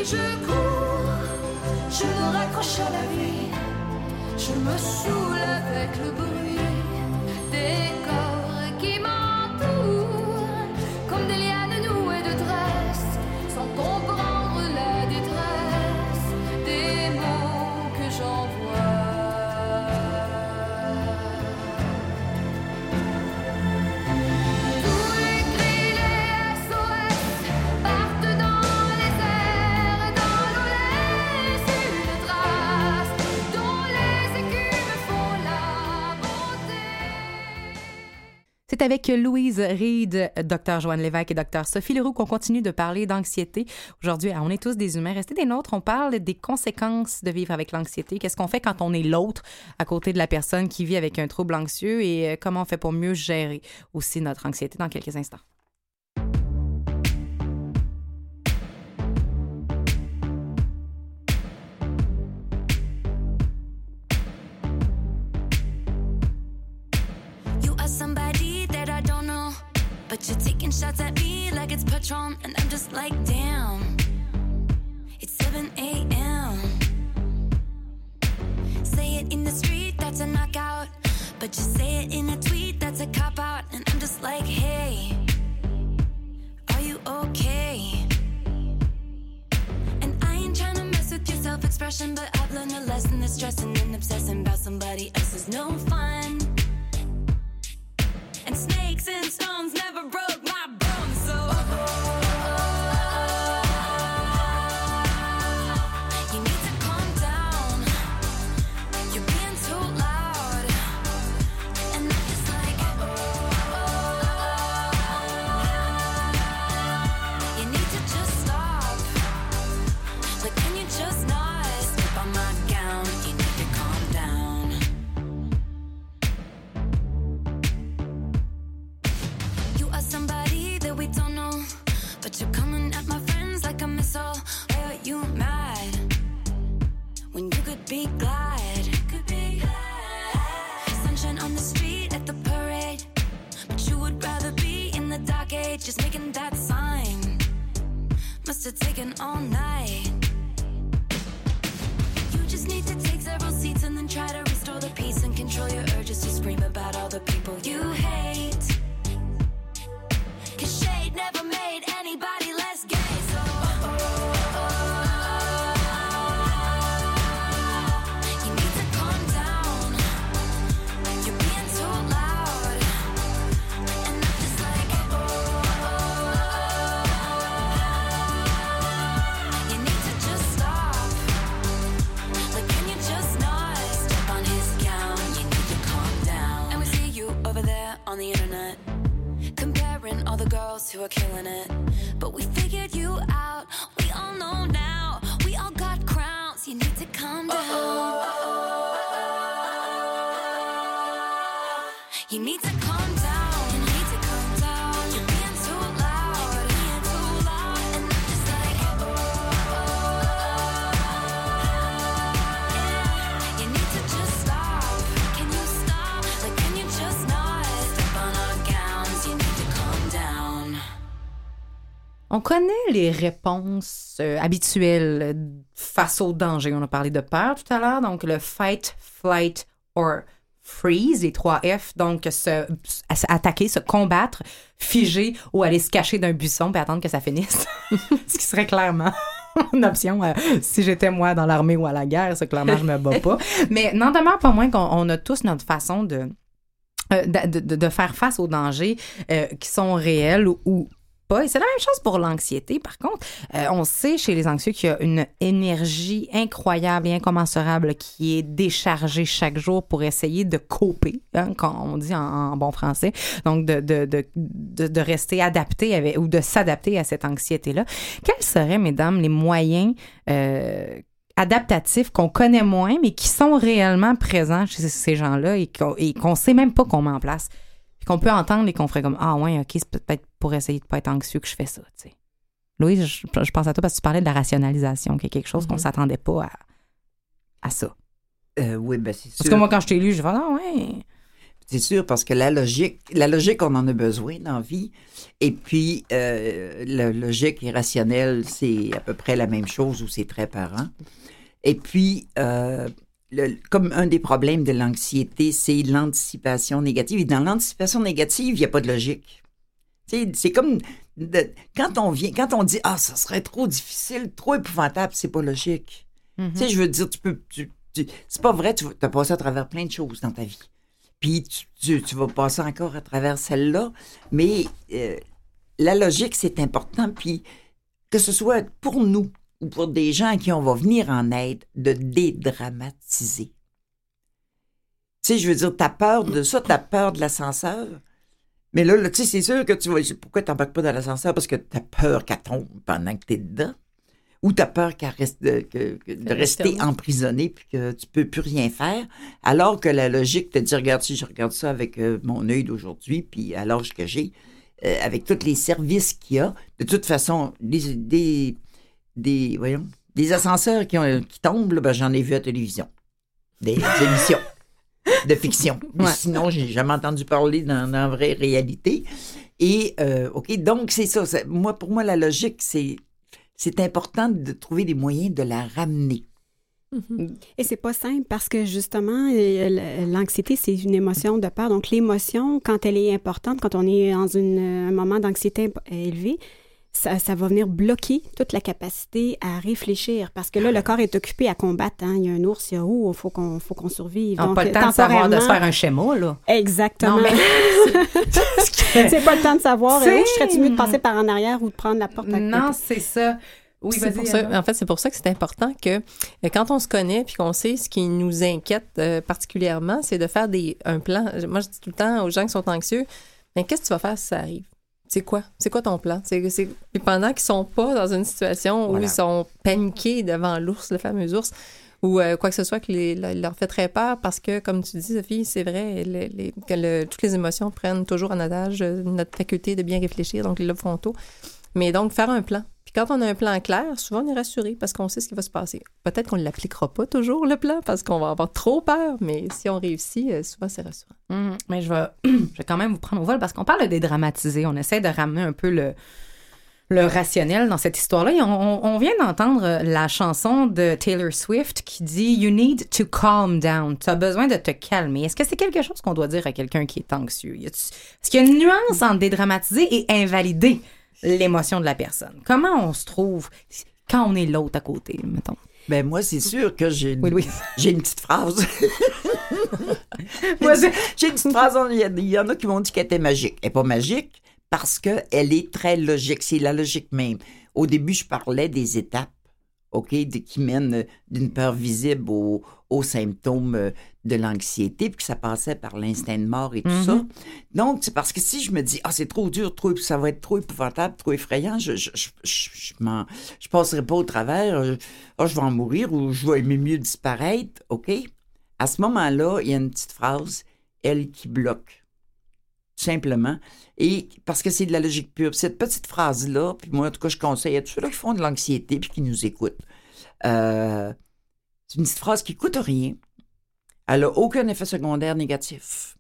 je cours, je me raccroche à la vie, je me saoule avec le bruit des corps qui m'entourent, comme des lianes nouées de tresse, sans comprendre la détresse des mots que j'envoie. Tous les cris, les S O S partent dans les airs, dans l'eau laisse une trace dont les écumes font la beauté. C'est avec Louise Reed, Dr Joanne Lévesque et Dr Sophie Leroux qu'on continue de parler d'anxiété. Aujourd'hui, on est tous des humains, restez des nôtres. On parle des conséquences de vivre avec l'anxiété. Qu'est-ce qu'on fait quand on est l'autre à côté de la personne qui vit avec un trouble anxieux et comment on fait pour mieux gérer aussi notre anxiété dans quelques instants. You are somebody that I don't know, but you're taking shots at me like it's Patron, and I'm just like, damn, it's seven a.m. Say it in the street, that's a knockout, but you say it in a tweet, that's a cop-out, and I'm just like, hey, are you okay? And I ain't trying to mess with your self-expression, but I've learned a lesson that stressing and obsessing about somebody else is no fun. And snakes and stones never broke my bones, so you need to calm down. You're being too loud, and I'm just like, you need to just stop. Like, can you just not step on my gown? You need to calm down. You are somebody that we don't know, but you're coming at my friends like a missile. Why are you mad when you could be glad? Could be glad. Sunshine on the street at the parade, but you would rather be in the dark age, just making that sign. Must have taken all night. You just need to take several seats and then try to restore the peace and control your urges to scream about all the people you hate. Cause shade never made anybody less gay, so you need to calm down. You're being too loud, and I'm just like, you need to just stop. Like, can you just not step on his gown? You need to calm down. And we see you over there on the internet, comparing all the girls who are killing it. But we figured you out, we all know now. We all got crowns, you need to calm down. You need to calm down, you need to calm down. You're being too loud, you're being too loud, and I'm just like, yeah. You need to just stop. Can you stop? Like, can you just not step on our gowns? You need to calm down. On connaît les réponses euh, habituelles face au danger. On a parlé de peur tout à l'heure, donc le fight, flight or freeze, les trois F, donc se, se attaquer, se combattre, figer ou aller se cacher d'un buisson et attendre que ça finisse. Ce qui serait clairement une option euh, si j'étais moi dans l'armée ou à la guerre. Ça, clairement, je me bats pas. Mais n'en demeure pas moins qu'on on a tous notre façon de, euh, de, de, de faire face aux dangers euh, qui sont réels ou, ou pas. Et c'est la même chose pour l'anxiété. Par contre, euh, on sait chez les anxieux qu'il y a une énergie incroyable et incommensurable qui est déchargée chaque jour pour essayer de coper, hein, quand on dit en, en bon français. Donc, de, de, de, de, de rester adapté avec, ou de s'adapter à cette anxiété-là. Quels seraient, mesdames, les moyens euh, adaptatifs qu'on connaît moins, mais qui sont réellement présents chez ces gens-là et qu'on, et qu'on sait même pas qu'on met en place? Qu'on peut entendre et qu'on ferait comme « Ah ouais, OK, c'est peut-être pour essayer de pas être anxieux que je fais ça. » tu sais. Louise, je, je pense à toi parce que tu parlais de la rationalisation, qui est quelque chose mm-hmm. qu'on s'attendait pas à, à ça. Euh, oui, bien c'est sûr. Parce que moi, quand je t'ai lu, je vais « Ah ouais. » C'est sûr, parce que la logique, la logique, on en a besoin dans la vie. Et puis, euh, la logique irrationnelle, c'est à peu près la même chose ou c'est très parent. Et puis, euh, le, comme un des problèmes de l'anxiété, c'est l'anticipation négative. Et dans l'anticipation négative, il n'y a pas de logique. Tu sais, c'est comme de, quand on vient, quand on dit ah, ça serait trop difficile, trop épouvantable, c'est pas logique. Mm-hmm. Tu sais, je veux dire, tu peux, tu, tu, c'est pas vrai, tu as passé à travers plein de choses dans ta vie. Puis tu, tu, tu vas passer encore à travers celle-là, mais euh, la logique, c'est important. Puis que ce soit pour nous ou pour des gens à qui on va venir en aide, de dédramatiser. Tu sais, je veux dire, t'as peur de ça, t'as peur de l'ascenseur. Mais là, là tu sais, c'est sûr que tu vas... Pourquoi t'embarques pas dans l'ascenseur? Parce que t'as peur qu'elle tombe pendant que t'es dedans. Ou t'as peur qu'elle reste, de, que, que, de rester emprisonné puis que tu peux plus rien faire. Alors que la logique te dit, regarde, si je regarde ça avec euh, mon œil d'aujourd'hui, puis à l'âge que j'ai, euh, avec tous les services qu'il y a, de toute façon, des, des, des voyons, des ascenseurs qui, ont, qui tombent, là, ben, j'en ai vu à la télévision. Des, des émissions de fiction. Ouais. Sinon, j'ai jamais entendu parler dans, dans la vraie réalité. Et, euh, OK, donc c'est ça, ça. Moi, pour moi, la logique, c'est... C'est important de trouver des moyens de la ramener. Mm-hmm. Et c'est pas simple parce que justement, l'anxiété, c'est une émotion de peur. Donc, l'émotion, quand elle est importante, quand on est dans une, un moment d'anxiété élevée, ça, ça va venir bloquer toute la capacité à réfléchir parce que là, le corps est occupé à combattre. Hein. Il y a un ours, il y a où, il faut qu'on, faut qu'on survive. On n'a pas le temps de savoir de se faire un schéma, là. Exactement. Non, mais... c'est pas le temps de savoir. Où serais-tu mieux de passer par en arrière ou de prendre la porte à côté? Non, c'est ça. Oui, c'est pour ça, en fait, c'est pour ça que c'est important que quand on se connaît puis qu'on sait ce qui nous inquiète euh, particulièrement, c'est de faire des, un plan. Moi, je dis tout le temps aux gens qui sont anxieux, mais qu'est-ce que tu vas faire si ça arrive? C'est quoi? C'est quoi ton plan? C'est, c'est... Puis pendant qu'ils sont pas dans une situation voilà. où ils sont paniqués devant l'ours, le fameux ours, ou euh, quoi que ce soit qui les, leur fait très peur parce que, comme tu dis, Sophie, c'est vrai, les, les, que le, toutes les émotions prennent toujours en otage notre faculté de bien réfléchir, donc les lobes frontaux. Mais donc, faire un plan. Puis quand on a un plan clair, souvent on est rassuré parce qu'on sait ce qui va se passer. Peut-être qu'on ne l'appliquera pas toujours, le plan, parce qu'on va avoir trop peur, mais si on réussit, souvent c'est rassurant. Mmh, mais je vais, je vais quand même vous prendre au vol parce qu'on parle de dédramatiser. On essaie de ramener un peu le, le rationnel dans cette histoire-là. Et on, on vient d'entendre la chanson de Taylor Swift qui dit « You need to calm down ». Tu as besoin de te calmer. Est-ce que c'est quelque chose qu'on doit dire à quelqu'un qui est anxieux? Est-ce qu'il y a une nuance entre dédramatiser et invalider l'émotion de la personne? Comment on se trouve quand on est l'autre à côté, mettons? Ben moi, c'est sûr que j'ai une, oui, oui. j'ai une petite phrase. moi, j'ai, j'ai une petite phrase. Il y, a, il y en a qui m'ont dit qu'elle était magique. Elle n'est pas magique parce qu'elle est très logique. C'est la logique même. Au début, je parlais des étapes, OK, de, qui mènent d'une peur visible au, aux symptômes de l'anxiété, puis que ça passait par l'instinct de mort et tout mm-hmm. ça. Donc, c'est parce que si je me dis, ah, c'est trop dur, trop, ça va être trop épouvantable, trop effrayant, je je, je, je, je, m'en, je passerai pas au travers, je, oh, je vais en mourir ou je vais aimer mieux disparaître, OK? À ce moment-là, il y a une petite phrase, elle qui bloque. Tout simplement. Et parce que c'est de la logique pure. Puis cette petite phrase-là, puis moi, en tout cas, je conseille à tous ceux-là qui font de l'anxiété puis qui nous écoutent. Euh, c'est une petite phrase qui coûte rien. Elle n'a aucun effet secondaire négatif.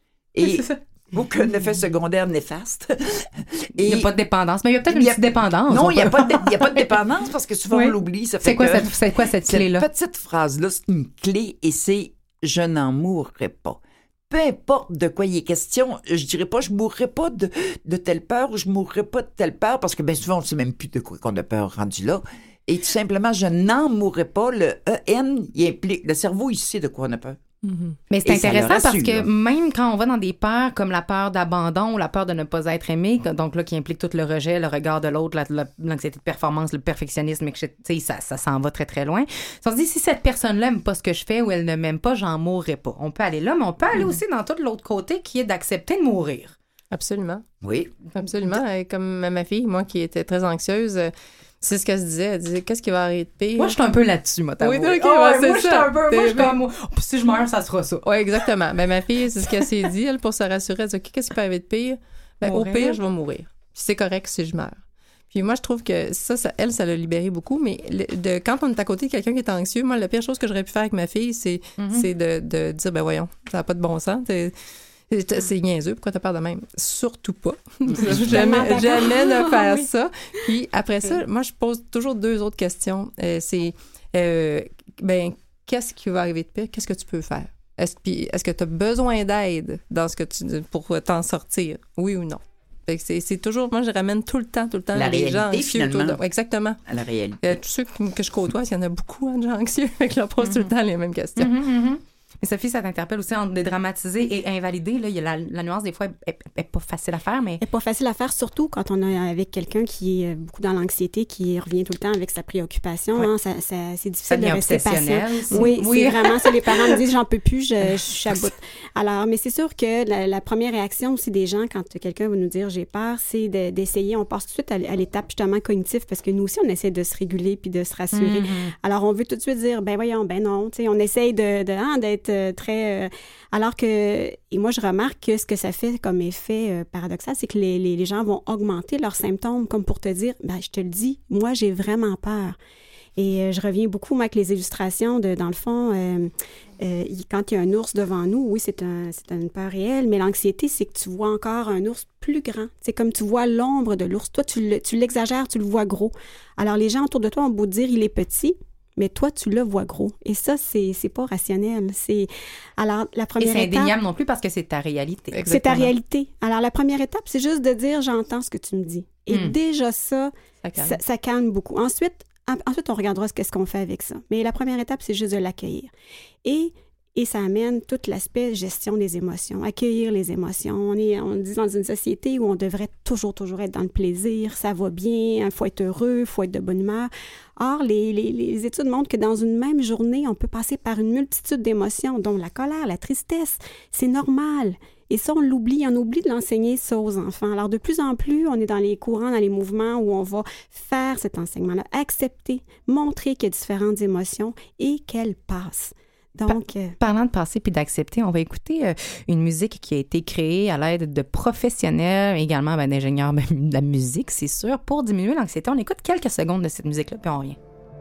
Et aucun effet secondaire néfaste. Et il n'y a pas de dépendance. Mais il y a peut-être une petite dépendance. Non, il n'y a, a pas de dépendance parce que souvent, oui. on l'oublie. Ça fait c'est, quoi que, cette, c'est quoi cette clé-là? Cette petite phrase-là, c'est une clé et c'est « je n'en mourrai pas ». Peu importe de quoi il est question, je dirais pas je mourrais pas de, de telle peur ou je mourrais pas de telle peur parce que bien souvent on ne sait même plus de quoi qu'on a peur rendu là. Et tout simplement, je n'en mourrais pas. Le E N, il implique, le cerveau, il sait de quoi on a peur. Mm-hmm. Mais c'est et intéressant rassure, parce que là. Même quand on va dans des peurs comme la peur d'abandon ou la peur de ne pas être aimé, donc là qui implique tout le rejet, le regard de l'autre, la, la, l'anxiété de performance, le perfectionnisme, et cetera, ça, ça s'en va très très loin. On se dit si cette personne-là n'aime pas ce que je fais ou elle ne m'aime pas, j'en mourrai pas. On peut aller là, mais on peut aller mm-hmm. aussi dans tout l'autre côté qui est d'accepter de mourir. Absolument. Oui. Absolument. Et comme ma fille, moi qui était très anxieuse, c'est ce qu'elle se disait. Elle disait, qu'est-ce qui va arriver de pire? Moi, je suis un peu là-dessus, moi, t'as oui, oui, okay, oh, ouais, ouais, c'est moi, ça. Je suis un peu, moi, je suis comme, oh, si je meurs, ça sera ça. Oui, exactement. Ben, ma fille, c'est ce qu'elle s'est dit, elle, pour se rassurer. Elle dit, OK, qu'est-ce qui peut arriver de pire? Ben, au pire, je vais mourir. Puis c'est correct si je meurs. Puis moi, je trouve que ça, ça elle, ça l'a libéré beaucoup. Mais le, de, quand on est à côté de quelqu'un qui est anxieux, moi, la pire chose que j'aurais pu faire avec ma fille, c'est, mm-hmm. c'est de, de dire, ben voyons, ça n'a pas de bon sens. T'es, C'est, c'est niaiseux, pourquoi tu as peur de même? Surtout pas. jamais jamais ne faire oui. ça. Puis après ça, moi, je pose toujours deux autres questions. Euh, c'est, euh, ben, qu'est-ce qui va arriver de pire? Qu'est-ce que tu peux faire? Est-ce, puis, est-ce que tu as besoin d'aide dans ce que tu, pour t'en sortir? Oui ou non? Fait que c'est, c'est toujours, moi, je ramène tout le temps, tout le temps la les gens anxieux. De, exactement. À la réalité. Euh, tous ceux que, que je côtoie, il y en a beaucoup hein, de gens anxieux, fait que je leur pose mm-hmm. tout le temps les mêmes questions. Mm-hmm, mm-hmm. Mais Sophie, ça t'interpelle aussi entre dédramatiser et invalider. Là, il y a la, la nuance, des fois, n'est pas facile à faire, mais... Elle n'est pas facile à faire, surtout quand on est avec quelqu'un qui est beaucoup dans l'anxiété, qui revient tout le temps avec sa préoccupation. Ouais. Hein, ça, ça, c'est difficile ça de rester patient. Oui, oui, c'est vraiment ça. Les parents me disent, j'en peux plus, je, je chaboute. Alors, mais c'est sûr que la, la première réaction aussi des gens, quand quelqu'un va nous dire, j'ai peur, c'est de, d'essayer. On passe tout de suite à, à l'étape, justement, cognitive, parce que nous aussi, on essaie de se réguler puis de se rassurer. Mm-hmm. Alors, on veut tout de suite dire, ben voyons, ben non, tu sais, on essaye de, de, hein, d'être très... Euh, alors que, et moi, je remarque que ce que ça fait comme effet euh, paradoxal, c'est que les, les, les gens vont augmenter leurs symptômes comme pour te dire, ben, je te le dis, moi, j'ai vraiment peur. Et euh, je reviens beaucoup, moi, avec les illustrations de, dans le fond, euh, euh, quand il y a un ours devant nous, oui, c'est, un, c'est une peur réelle, mais l'anxiété, c'est que tu vois encore un ours plus grand. C'est comme tu vois l'ombre de l'ours. Toi, tu, le, tu l'exagères, tu le vois gros. Alors, les gens autour de toi ont beau dire, il est petit, mais toi, tu le vois gros. Et ça, c'est, c'est pas rationnel. C'est... Alors, la première étape... Et c'est étape, indéniable non plus parce que c'est ta réalité. Exactement. C'est ta réalité. Alors, la première étape, c'est juste de dire « j'entends ce que tu me dis ». Et mm. déjà ça, ça calme. Ça, ça calme beaucoup. Ensuite, en, ensuite, on regardera ce qu'est-ce qu'on fait avec ça. Mais la première étape, c'est juste de l'accueillir. Et... Et ça amène tout l'aspect gestion des émotions, accueillir les émotions. On est, on dit dans une société où on devrait toujours, toujours être dans le plaisir, ça va bien, il faut être heureux, il faut être de bonne humeur. Or, les, les, les études montrent que dans une même journée, on peut passer par une multitude d'émotions, dont la colère, la tristesse. C'est normal. Et ça, on l'oublie, on oublie de l'enseigner ça aux enfants. Alors, de plus en plus, on est dans les courants, dans les mouvements où on va faire cet enseignement-là, accepter, montrer qu'il y a différentes émotions et qu'elles passent. Donc, euh... Parlant de passer puis d'accepter, on va écouter euh, une musique qui a été créée à l'aide de professionnels, également ben, d'ingénieurs de la musique, c'est sûr, pour diminuer l'anxiété. On écoute quelques secondes de cette musique-là, puis on revient.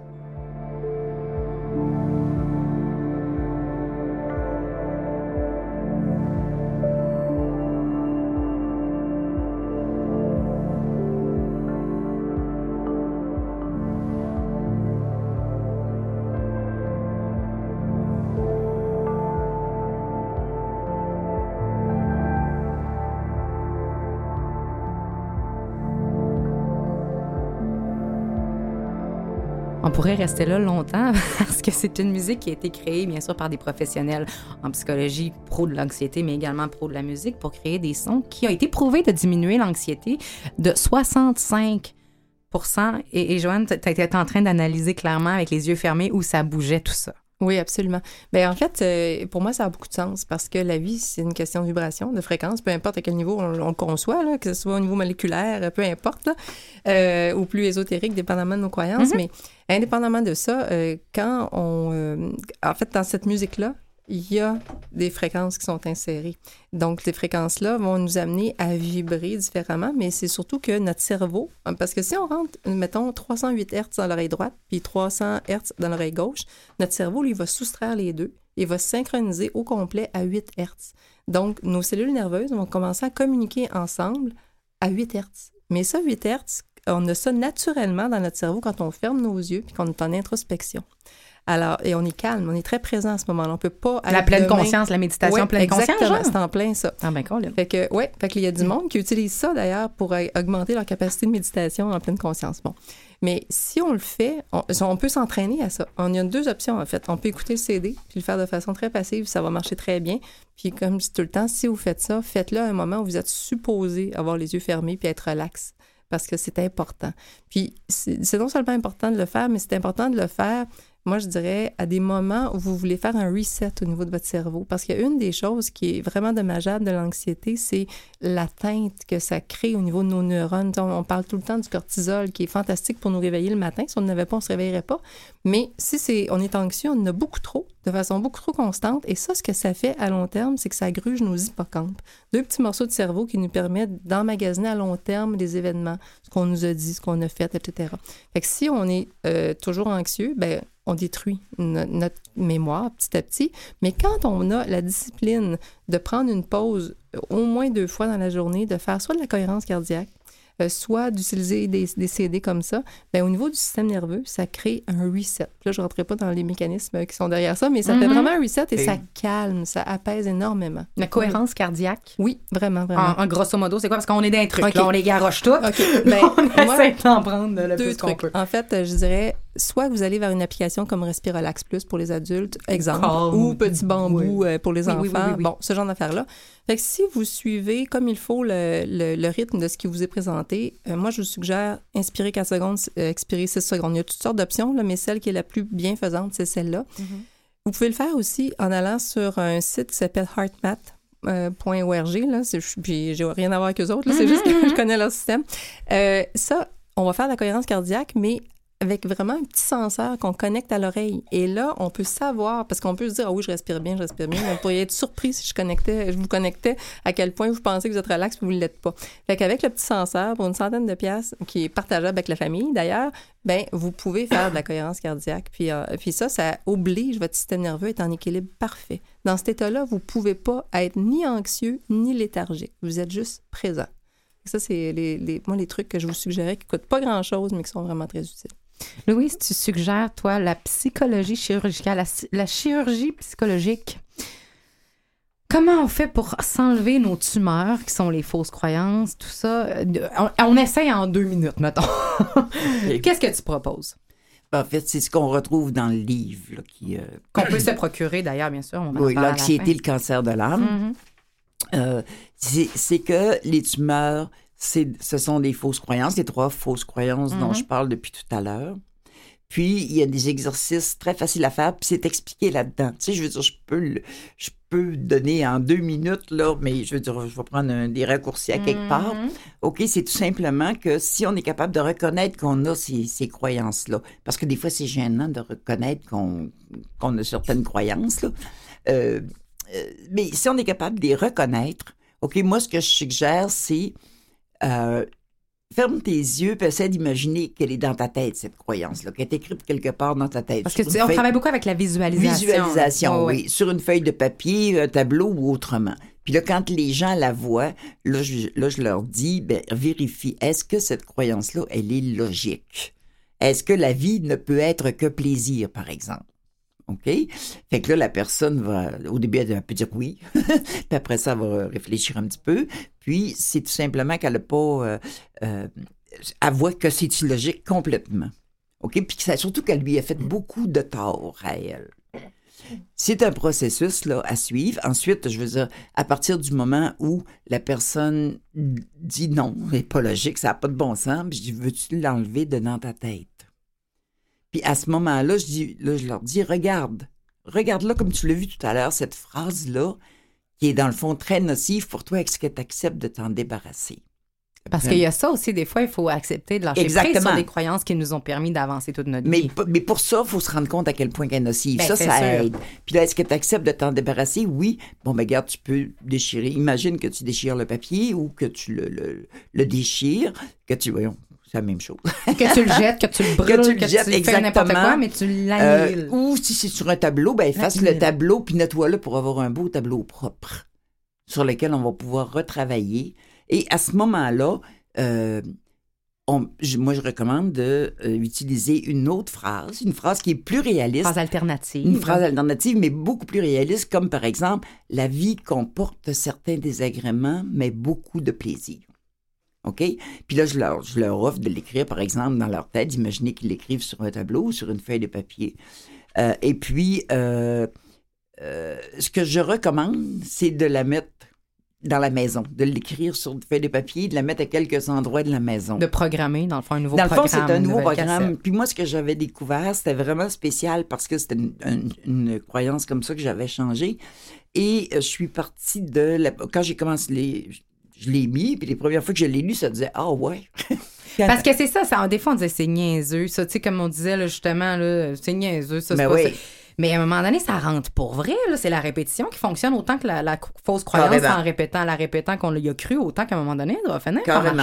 On pourrait rester là longtemps parce que c'est une musique qui a été créée, bien sûr, par des professionnels en psychologie pro de l'anxiété, mais également pro de la musique pour créer des sons qui ont été prouvés de diminuer l'anxiété de soixante-cinq pour cent. Et, et Joanne, tu étais en train d'analyser clairement avec les yeux fermés où ça bougeait tout ça. Oui, absolument. Bien, en fait, euh, pour moi, ça a beaucoup de sens parce que la vie, c'est une question de vibration, de fréquence, peu importe à quel niveau on, on le conçoit, là, que ce soit au niveau moléculaire, peu importe, là, euh, ou plus ésotérique, dépendamment de nos croyances. Mm-hmm. Mais indépendamment de ça, euh, quand on... Euh, en fait, dans cette musique-là, il y a des fréquences qui sont insérées. Donc, ces fréquences-là vont nous amener à vibrer différemment, mais c'est surtout que notre cerveau, parce que si on rentre, mettons, trois cent huit hertz dans l'oreille droite, puis trois cents hertz dans l'oreille gauche, notre cerveau, lui, va soustraire les deux et va synchroniser au complet à huit hertz. Donc, nos cellules nerveuses vont commencer à communiquer ensemble à huit hertz. Mais ça, huit hertz, on a ça naturellement dans notre cerveau quand on ferme nos yeux puis qu'on est en introspection. Alors, et on est calme, on est très présent à ce moment-là. On peut pas... La pleine demain... conscience, la méditation ouais, pleine conscience, exactement, c'est en plein ça. Ah ben cool. Fait que, ouais, fait qu'il y a du monde qui utilise ça, d'ailleurs, pour augmenter leur capacité de méditation en pleine conscience. Bon. Mais si on le fait, on, on peut s'entraîner à ça. On y a deux options, en fait. On peut écouter le C D, puis le faire de façon très passive, ça va marcher très bien. Puis comme je dis tout le temps, si vous faites ça, faites-le à un moment où vous êtes supposé avoir les yeux fermés puis être relax, parce que c'est important. Puis c'est, c'est non seulement important de le faire, mais c'est important de le faire, moi, je dirais, à des moments où vous voulez faire un reset au niveau de votre cerveau. Parce qu'il y a une des choses qui est vraiment dommageable de l'anxiété, c'est l'atteinte que ça crée au niveau de nos neurones. On parle tout le temps du cortisol qui est fantastique pour nous réveiller le matin. Si on n'en avait pas, on ne se réveillerait pas. Mais si c'est, on est anxieux, on en a beaucoup trop, de façon beaucoup trop constante. Et ça, ce que ça fait à long terme, c'est que ça gruge nos hippocampes. Deux petits morceaux de cerveau qui nous permettent d'emmagasiner à long terme les événements, ce qu'on nous a dit, ce qu'on a fait, et cetera. Fait que si on est euh, toujours anxieux, bien, on détruit no- notre mémoire petit à petit. Mais quand on a la discipline de prendre une pause au moins deux fois dans la journée, de faire soit de la cohérence cardiaque, Euh, soit d'utiliser des, des C D comme ça, bien, au niveau du système nerveux, ça crée un reset. Là, je ne rentrerai pas dans les mécanismes qui sont derrière ça, mais ça mm-hmm. fait vraiment un reset et, et ça calme, ça apaise énormément. La cohérence oui. cardiaque? Oui, vraiment, vraiment. En, en grosso modo, c'est quoi? Parce qu'on est d'un truc, okay. là, on les garoche toutes. Okay. Ben, on moi, essaie d'en prendre le deux plus trucs. qu'on peut. En fait, je dirais, soit vous allez vers une application comme Respirolax Plus pour les adultes, exemple, Calme. ou Petit Bambou oui. pour les oui, enfants. Oui, oui, oui, oui. Bon, ce genre d'affaires-là. Fait que si vous suivez comme il faut le, le, le rythme de ce qui vous est présenté, euh, moi, je vous suggère inspirer quatre secondes, euh, expirer six secondes. Il y a toutes sortes d'options, là, mais celle qui est la plus bienfaisante, c'est celle-là. Mm-hmm. Vous pouvez le faire aussi en allant sur un site qui s'appelle heartmath point org. Là, c'est, puis j'ai rien à voir avec eux autres, là, c'est mm-hmm. juste que je connais leur système. Euh, ça, on va faire de la cohérence cardiaque, mais avec vraiment un petit senseur qu'on connecte à l'oreille. Et là, on peut savoir, parce qu'on peut se dire, ah oui, je respire bien, je respire bien, mais vous pourriez être surpris si je connectais, je vous connectais à quel point vous pensez que vous êtes relax puis vous ne l'êtes pas. Fait qu'avec le petit senseur, pour une centaine de piastres, qui est partageable avec la famille d'ailleurs, ben vous pouvez faire de la cohérence cardiaque. Puis, euh, puis ça, ça oblige votre système nerveux à être en équilibre parfait. Dans cet état-là, vous ne pouvez pas être ni anxieux, ni léthargique. Vous êtes juste présent. Ça, c'est les, les, moi, les trucs que je vous suggérais qui ne coûtent pas grand-chose, mais qui sont vraiment très utiles. Louise, tu suggères, toi, la psychologie chirurgicale, la, la chirurgie psychologique. Comment on fait pour s'enlever nos tumeurs, qui sont les fausses croyances, tout ça? On, on essaye en deux minutes, mettons. Qu'est-ce que tu proposes? En fait, c'est ce qu'on retrouve dans le livre. Là, qui, euh... Qu'on peut se procurer, d'ailleurs, bien sûr. On va oui, l'anxiété, le cancer de l'âme. Mm-hmm. Euh, c'est, c'est que les tumeurs... C'est, ce sont des fausses croyances, les trois fausses croyances mm-hmm. dont je parle depuis tout à l'heure. Puis, il y a des exercices très faciles à faire, puis c'est expliqué là-dedans. Tu sais, je veux dire, je peux, le, je peux donner en deux minutes, là, mais je veux dire, je vais prendre un, des raccourcis à quelque mm-hmm. part. OK, c'est tout simplement que si on est capable de reconnaître qu'on a ces, ces croyances-là, parce que des fois, c'est gênant de reconnaître qu'on, qu'on a certaines croyances, là. Euh, euh, mais si on est capable de les reconnaître, OK, moi, ce que je suggère, c'est... Euh, ferme tes yeux et essaie d'imaginer qu'elle est dans ta tête, cette croyance-là, qu'elle est écrite quelque part dans ta tête. Parce que tu, on feuille... travaille beaucoup avec la visualisation. Visualisation, oh, oui. oui. Sur une feuille de papier, un tableau ou autrement. Puis là, quand les gens la voient, là, je, là, je leur dis, ben, vérifie, est-ce que cette croyance-là, elle est logique? Est-ce que la vie ne peut être que plaisir, par exemple? OK? Fait que là, la personne va, au début, elle peut dire oui. Puis après ça, elle va réfléchir un petit peu. Puis, c'est tout simplement qu'elle n'a pas... Euh, euh, elle voit que c'est illogique complètement. OK? Puis ça, surtout qu'elle lui a fait beaucoup de tort à elle. C'est un processus là, à suivre. Ensuite, je veux dire, à partir du moment où la personne dit non, c'est pas logique, ça n'a pas de bon sens, puis je dis, veux-tu l'enlever de dans ta tête? Puis à ce moment-là, je, dis, là, je leur dis, regarde, regarde-là comme tu l'as vu tout à l'heure, cette phrase-là, qui est dans le fond très nocive pour toi, est-ce que tu acceptes de t'en débarrasser? Parce qu'il y a ça aussi, des fois, il faut accepter de lâcher prise sur des croyances qui nous ont permis d'avancer toute notre mais, vie. Mais pour ça, il faut se rendre compte à quel point elle est nocive. Ben, ça, ça sûr. aide. Puis là, est-ce que tu acceptes de t'en débarrasser? Oui. Bon, ben regarde, tu peux déchirer. Imagine que tu déchires le papier ou que tu le, le, le déchires, que tu... Voyons, c'est la même chose. Que tu le jettes, que tu le brûles, que tu, que jettes, tu fais n'importe quoi, mais tu l'annihiles. Euh, ou si c'est sur un tableau, ben efface le tableau puis nettoie-le pour avoir un beau tableau propre sur lequel on va pouvoir retravailler. Et à ce moment-là, euh, on, je, moi, je recommande d'utiliser euh, une autre phrase, une phrase qui est plus réaliste. Une phrase alternative. Une phrase alternative, mais beaucoup plus réaliste, comme par exemple, la vie comporte certains désagréments, mais beaucoup de plaisir. OK? Puis là, je leur, je leur offre de l'écrire, par exemple, dans leur tête. Imaginez qu'ils l'écrivent sur un tableau ou sur une feuille de papier. Euh, et puis, euh, euh, ce que je recommande, c'est de la mettre dans la maison, de l'écrire sur une feuille de papier, de la mettre à quelques endroits de la maison. De programmer, dans le fond, un nouveau dans programme. Dans le fond, c'est un nouveau programme. Cassette. Puis moi, ce que j'avais découvert, c'était vraiment spécial parce que c'était une, une, une croyance comme ça que j'avais changée. Et euh, je suis partie de... La, quand j'ai commencé les... Je l'ai mis, puis les premières fois que je l'ai lu, ça disait « Ah ouais! » Parce que c'est ça, ça, des fois, on disait « C'est niaiseux. » Ça, tu sais, comme on disait, là, justement, là, c'est niaiseux. Ça, c'est ben pas oui. ça. Mais à un moment donné, ça rentre pour vrai. Là. C'est la répétition qui fonctionne autant que la, la fausse croyance. Carrément. En répétant, la répétant qu'on y a cru, autant qu'à un moment donné, elle doit finir par marcher.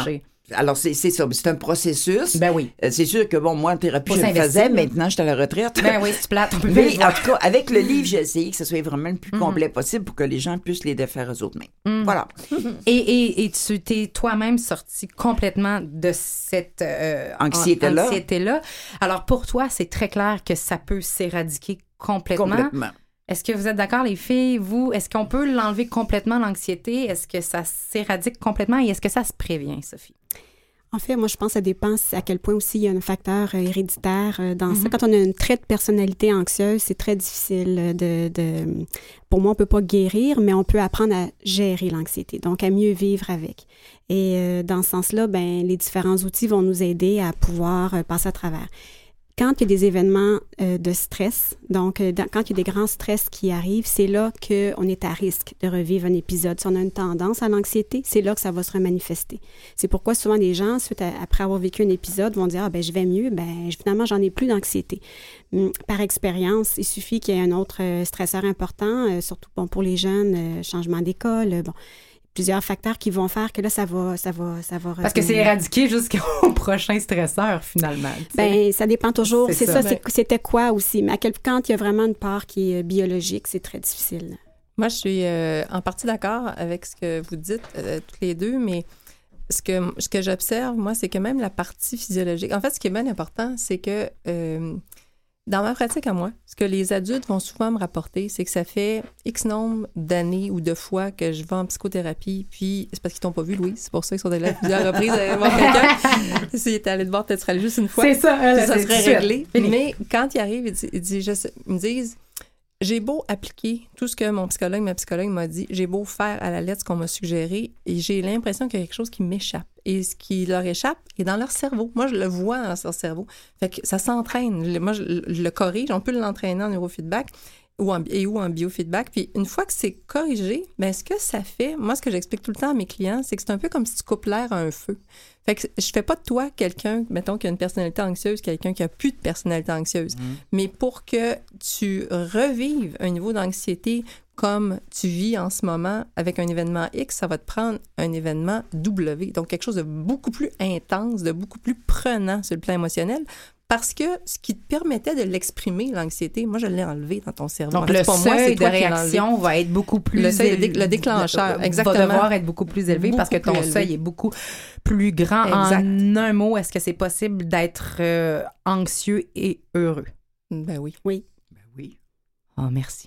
Alors, c'est, c'est ça. C'est un processus. Ben oui. Euh, c'est sûr que, bon, moi, en thérapie, Faut je le s'investir, faisais. là. Maintenant, je suis à la retraite. Ben oui, c'est plate, on peut Mais, pas le en voir. tout cas, avec le livre, j'ai essayé que ce soit vraiment le plus complet possible pour que les gens puissent les défaire eux autres mêmes. Voilà. Et, et, et tu t'es toi-même sorti complètement de cette euh, Anxiété-là. an- anxiété-là. Alors, pour toi, c'est très clair que ça peut s'éradiquer complètement. Complètement. Est-ce que vous êtes d'accord, les filles? Vous, est-ce qu'on peut l'enlever complètement, l'anxiété? Est-ce que ça s'éradique complètement et est-ce que ça se prévient, Sophie? En fait, moi, je pense que ça dépend à quel point aussi il y a un facteur euh, héréditaire euh, dans ça. Quand on a une trait de personnalité anxieuse, c'est très difficile de, de... Pour moi, on peut pas guérir, mais on peut apprendre à gérer l'anxiété, donc à mieux vivre avec. Et euh, dans ce sens-là, ben, les différents outils vont nous aider à pouvoir euh, passer à travers. Quand il y a des événements euh, de stress, donc euh, dans, quand il y a des grands stress qui arrivent, c'est là qu'on est à risque de revivre un épisode. Si on a une tendance à l'anxiété, c'est là que ça va se remanifester. C'est pourquoi souvent les gens, suite à, après avoir vécu un épisode, vont dire « Ah, ben je vais mieux, ben finalement, j'en ai plus d'anxiété. Hum, » Par expérience, il suffit qu'il y ait un autre euh, stresseur important, euh, surtout bon, pour les jeunes, euh, changement d'école, euh, bon... plusieurs facteurs qui vont faire que là, ça va... Ça va, ça va Parce que c'est éradiqué jusqu'au prochain stresseur, finalement. tu sais. Ben, ça dépend toujours. C'est C'est, ça. ça, c'est- c'était quoi aussi. Mais à quel quand il y a vraiment une part qui est biologique, c'est très difficile. Moi, je suis euh, en partie d'accord avec ce que vous dites, euh, toutes les deux, mais ce que, ce que j'observe, moi, c'est que même la partie physiologique... En fait, ce qui est bien important, c'est que euh, dans ma pratique à moi, ce que les adultes vont souvent me rapporter, c'est que ça fait X nombre d'années ou de fois que je vais en psychothérapie, puis c'est parce qu'ils t'ont pas vu, Louise. C'est pour ça qu'ils sont allés à plusieurs reprises aller voir quelqu'un. S'ils étaient allés te voir, peut-être serais allé juste une fois. C'est ça, Puis elle, ça c'est serait tout de suite. réglé. Fini. Mais quand ils arrivent, ils, disent- ils disent- je sais- ils me disent j'ai beau appliquer tout ce que mon psychologue, ma psychologue m'a dit, j'ai beau faire à la lettre ce qu'on m'a suggéré, et j'ai l'impression qu'il y a quelque chose qui m'échappe. Et ce qui leur échappe est dans leur cerveau. Moi, je le vois dans leur cerveau. Fait que ça s'entraîne. Le- Moi, je, je le corrige. On peut l'entraîner en neurofeedback ou en, et ou en biofeedback. Puis une fois que c'est corrigé, bien, ce que ça fait, moi, ce que j'explique tout le temps à mes clients, c'est que c'est un peu comme si tu coupes l'air à un feu. Fait que je fais pas de toi quelqu'un, mettons, qui a une personnalité anxieuse, quelqu'un qui a plus de personnalité anxieuse. Mais pour que tu revives un niveau d'anxiété comme tu vis en ce moment avec un événement X, ça va te prendre un événement W. Donc, quelque chose de beaucoup plus intense, de beaucoup plus prenant sur le plan émotionnel. Parce que ce qui te permettait de l'exprimer, l'anxiété, moi, je l'ai enlevé dans ton cerveau. Donc, En fait, le c'est pas moi, c'est seuil de toi qui l'as enlevé. réaction va être beaucoup plus... Le seuil de élevé- dé- le déclencheur, va exactement. devoir être beaucoup plus élevé parce que Beaucoup ton plus seuil élevé. est beaucoup plus grand. Exact. En un mot, est-ce que c'est possible d'être euh, anxieux et heureux? Ben oui. Oui. Ben oui. Oh, merci.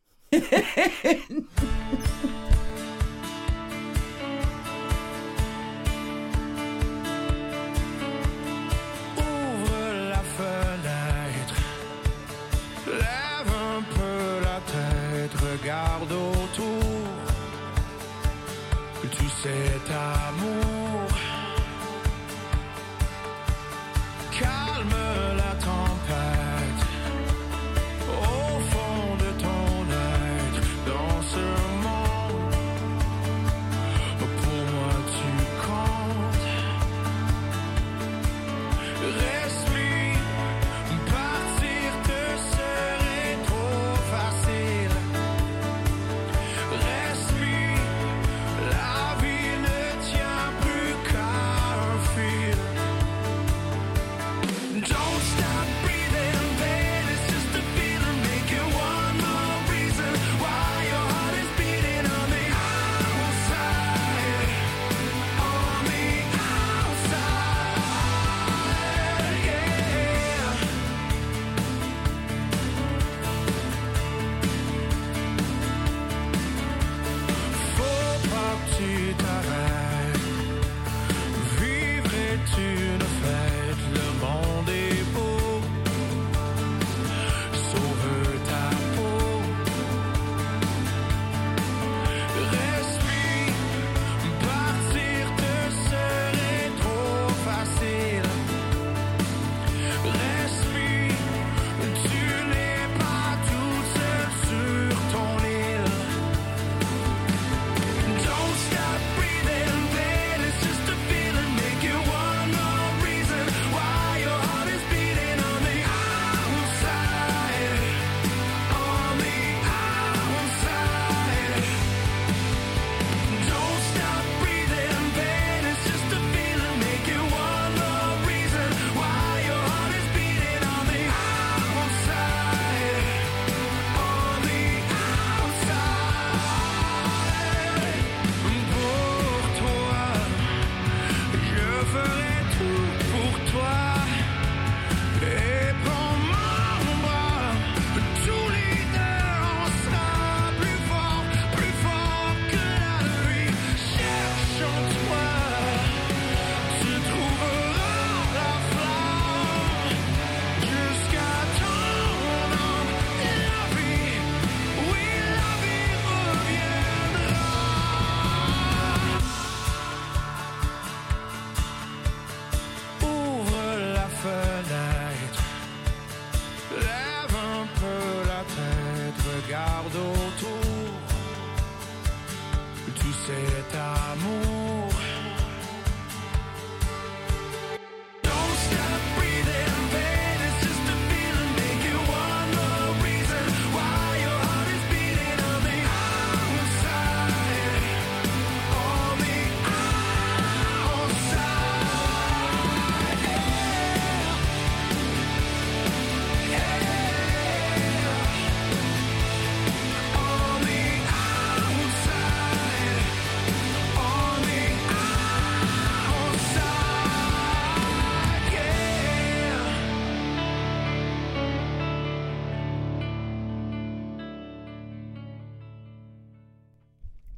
Ouvre la fenêtre, lève un peu la tête, regarde autour. Tu sais, amour, calme la tempête au fond de ton être, dans ce monde. Pour moi, tu comptes. Respire, partir te serait trop facile. Respire, la vie ne tient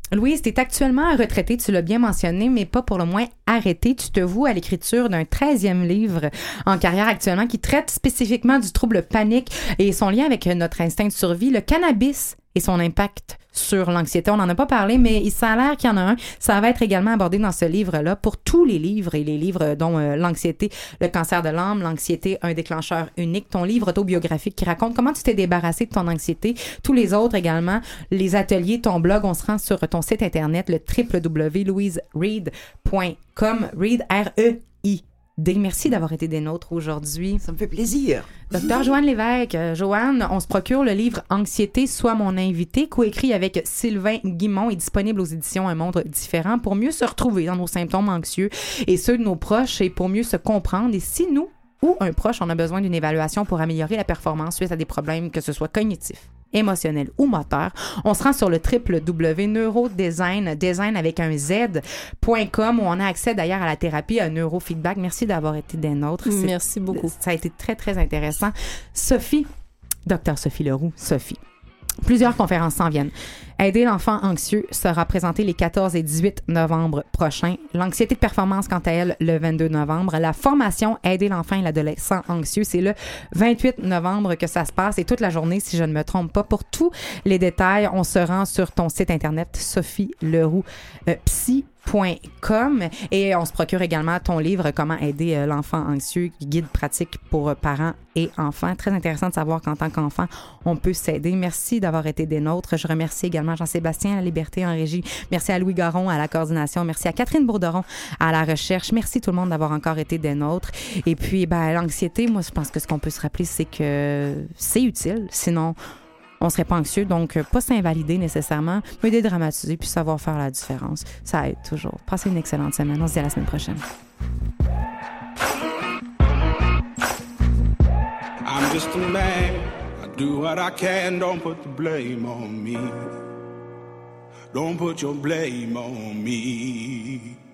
Louise, tu es actuellement retraitée, tu l'as bien mentionné, mais pas pour le moins arrêtée. Tu te voues à l'écriture d'un treizième livre en carrière actuellement qui traite spécifiquement du trouble panique et son lien avec notre instinct de survie, le cannabis et son impact sur l'anxiété. On n'en a pas parlé, mais il a l'air qu'il y en a un. Ça va être également abordé dans ce livre-là pour tous les livres et les livres dont euh, l'anxiété, le cancer de l'âme, l'anxiété, un déclencheur unique, ton livre autobiographique qui raconte comment tu t'es débarrassé de ton anxiété, tous les autres également, les ateliers, ton blog, on se rend sur ton site internet, le w w w point louise reid point com, Reid, R E I D. Merci d'avoir été des nôtres aujourd'hui. Ça me fait plaisir. Docteur Joanne Lévesque. Euh, Joanne, on se procure le livre Anxiété, sois mon invité, coécrit avec Sylvain Guimont et disponible aux éditions Un Monde Différent pour mieux se retrouver dans nos symptômes anxieux et ceux de nos proches et pour mieux se comprendre. Et si nous ou un proche, on a besoin d'une évaluation pour améliorer la performance suite à des problèmes, que ce soit cognitifs, émotionnel ou moteur, on se rend sur le w w w point neurodesign, design avec un Z, .com, où on a accès d'ailleurs à la thérapie, à neurofeedback. Merci d'avoir été des nôtres. Merci beaucoup. Ça a été très, très intéressant. Sophie, docteur Sophie Leroux, Sophie. Plusieurs conférences s'en viennent. Aider l'enfant anxieux sera présenté les quatorze et dix-huit novembre prochains. L'anxiété de performance, quant à elle, le vingt-deux novembre. La formation Aider l'enfant et l'adolescent anxieux, c'est le vingt-huit novembre que ça se passe et toute la journée, si je ne me trompe pas. Pour tous les détails, on se rend sur ton site internet Sophie Leroux euh, Psy. .com et on se procure également ton livre Comment aider euh, l'enfant anxieux, guide pratique pour euh, parents et enfants. Très intéressant de savoir qu'en tant qu'enfant, on peut s'aider. Merci d'avoir été des nôtres. Je remercie également Jean-Sébastien à la Liberté en régie. Merci à Louis Garon à la coordination. Merci à Catherine Bourderon à la recherche. Merci tout le monde d'avoir encore été des nôtres. Et puis, ben, l'anxiété, moi, je pense que ce qu'on peut se rappeler, c'est que c'est utile. Sinon, on serait pas anxieux, donc pas s'invalider nécessairement, mais dédramatiser puis savoir faire la différence. Ça aide toujours. Passez une excellente semaine. On se dit à la semaine prochaine. I'm just a man. I do what I can. Don't put the blame on me. Don't put your blame on me.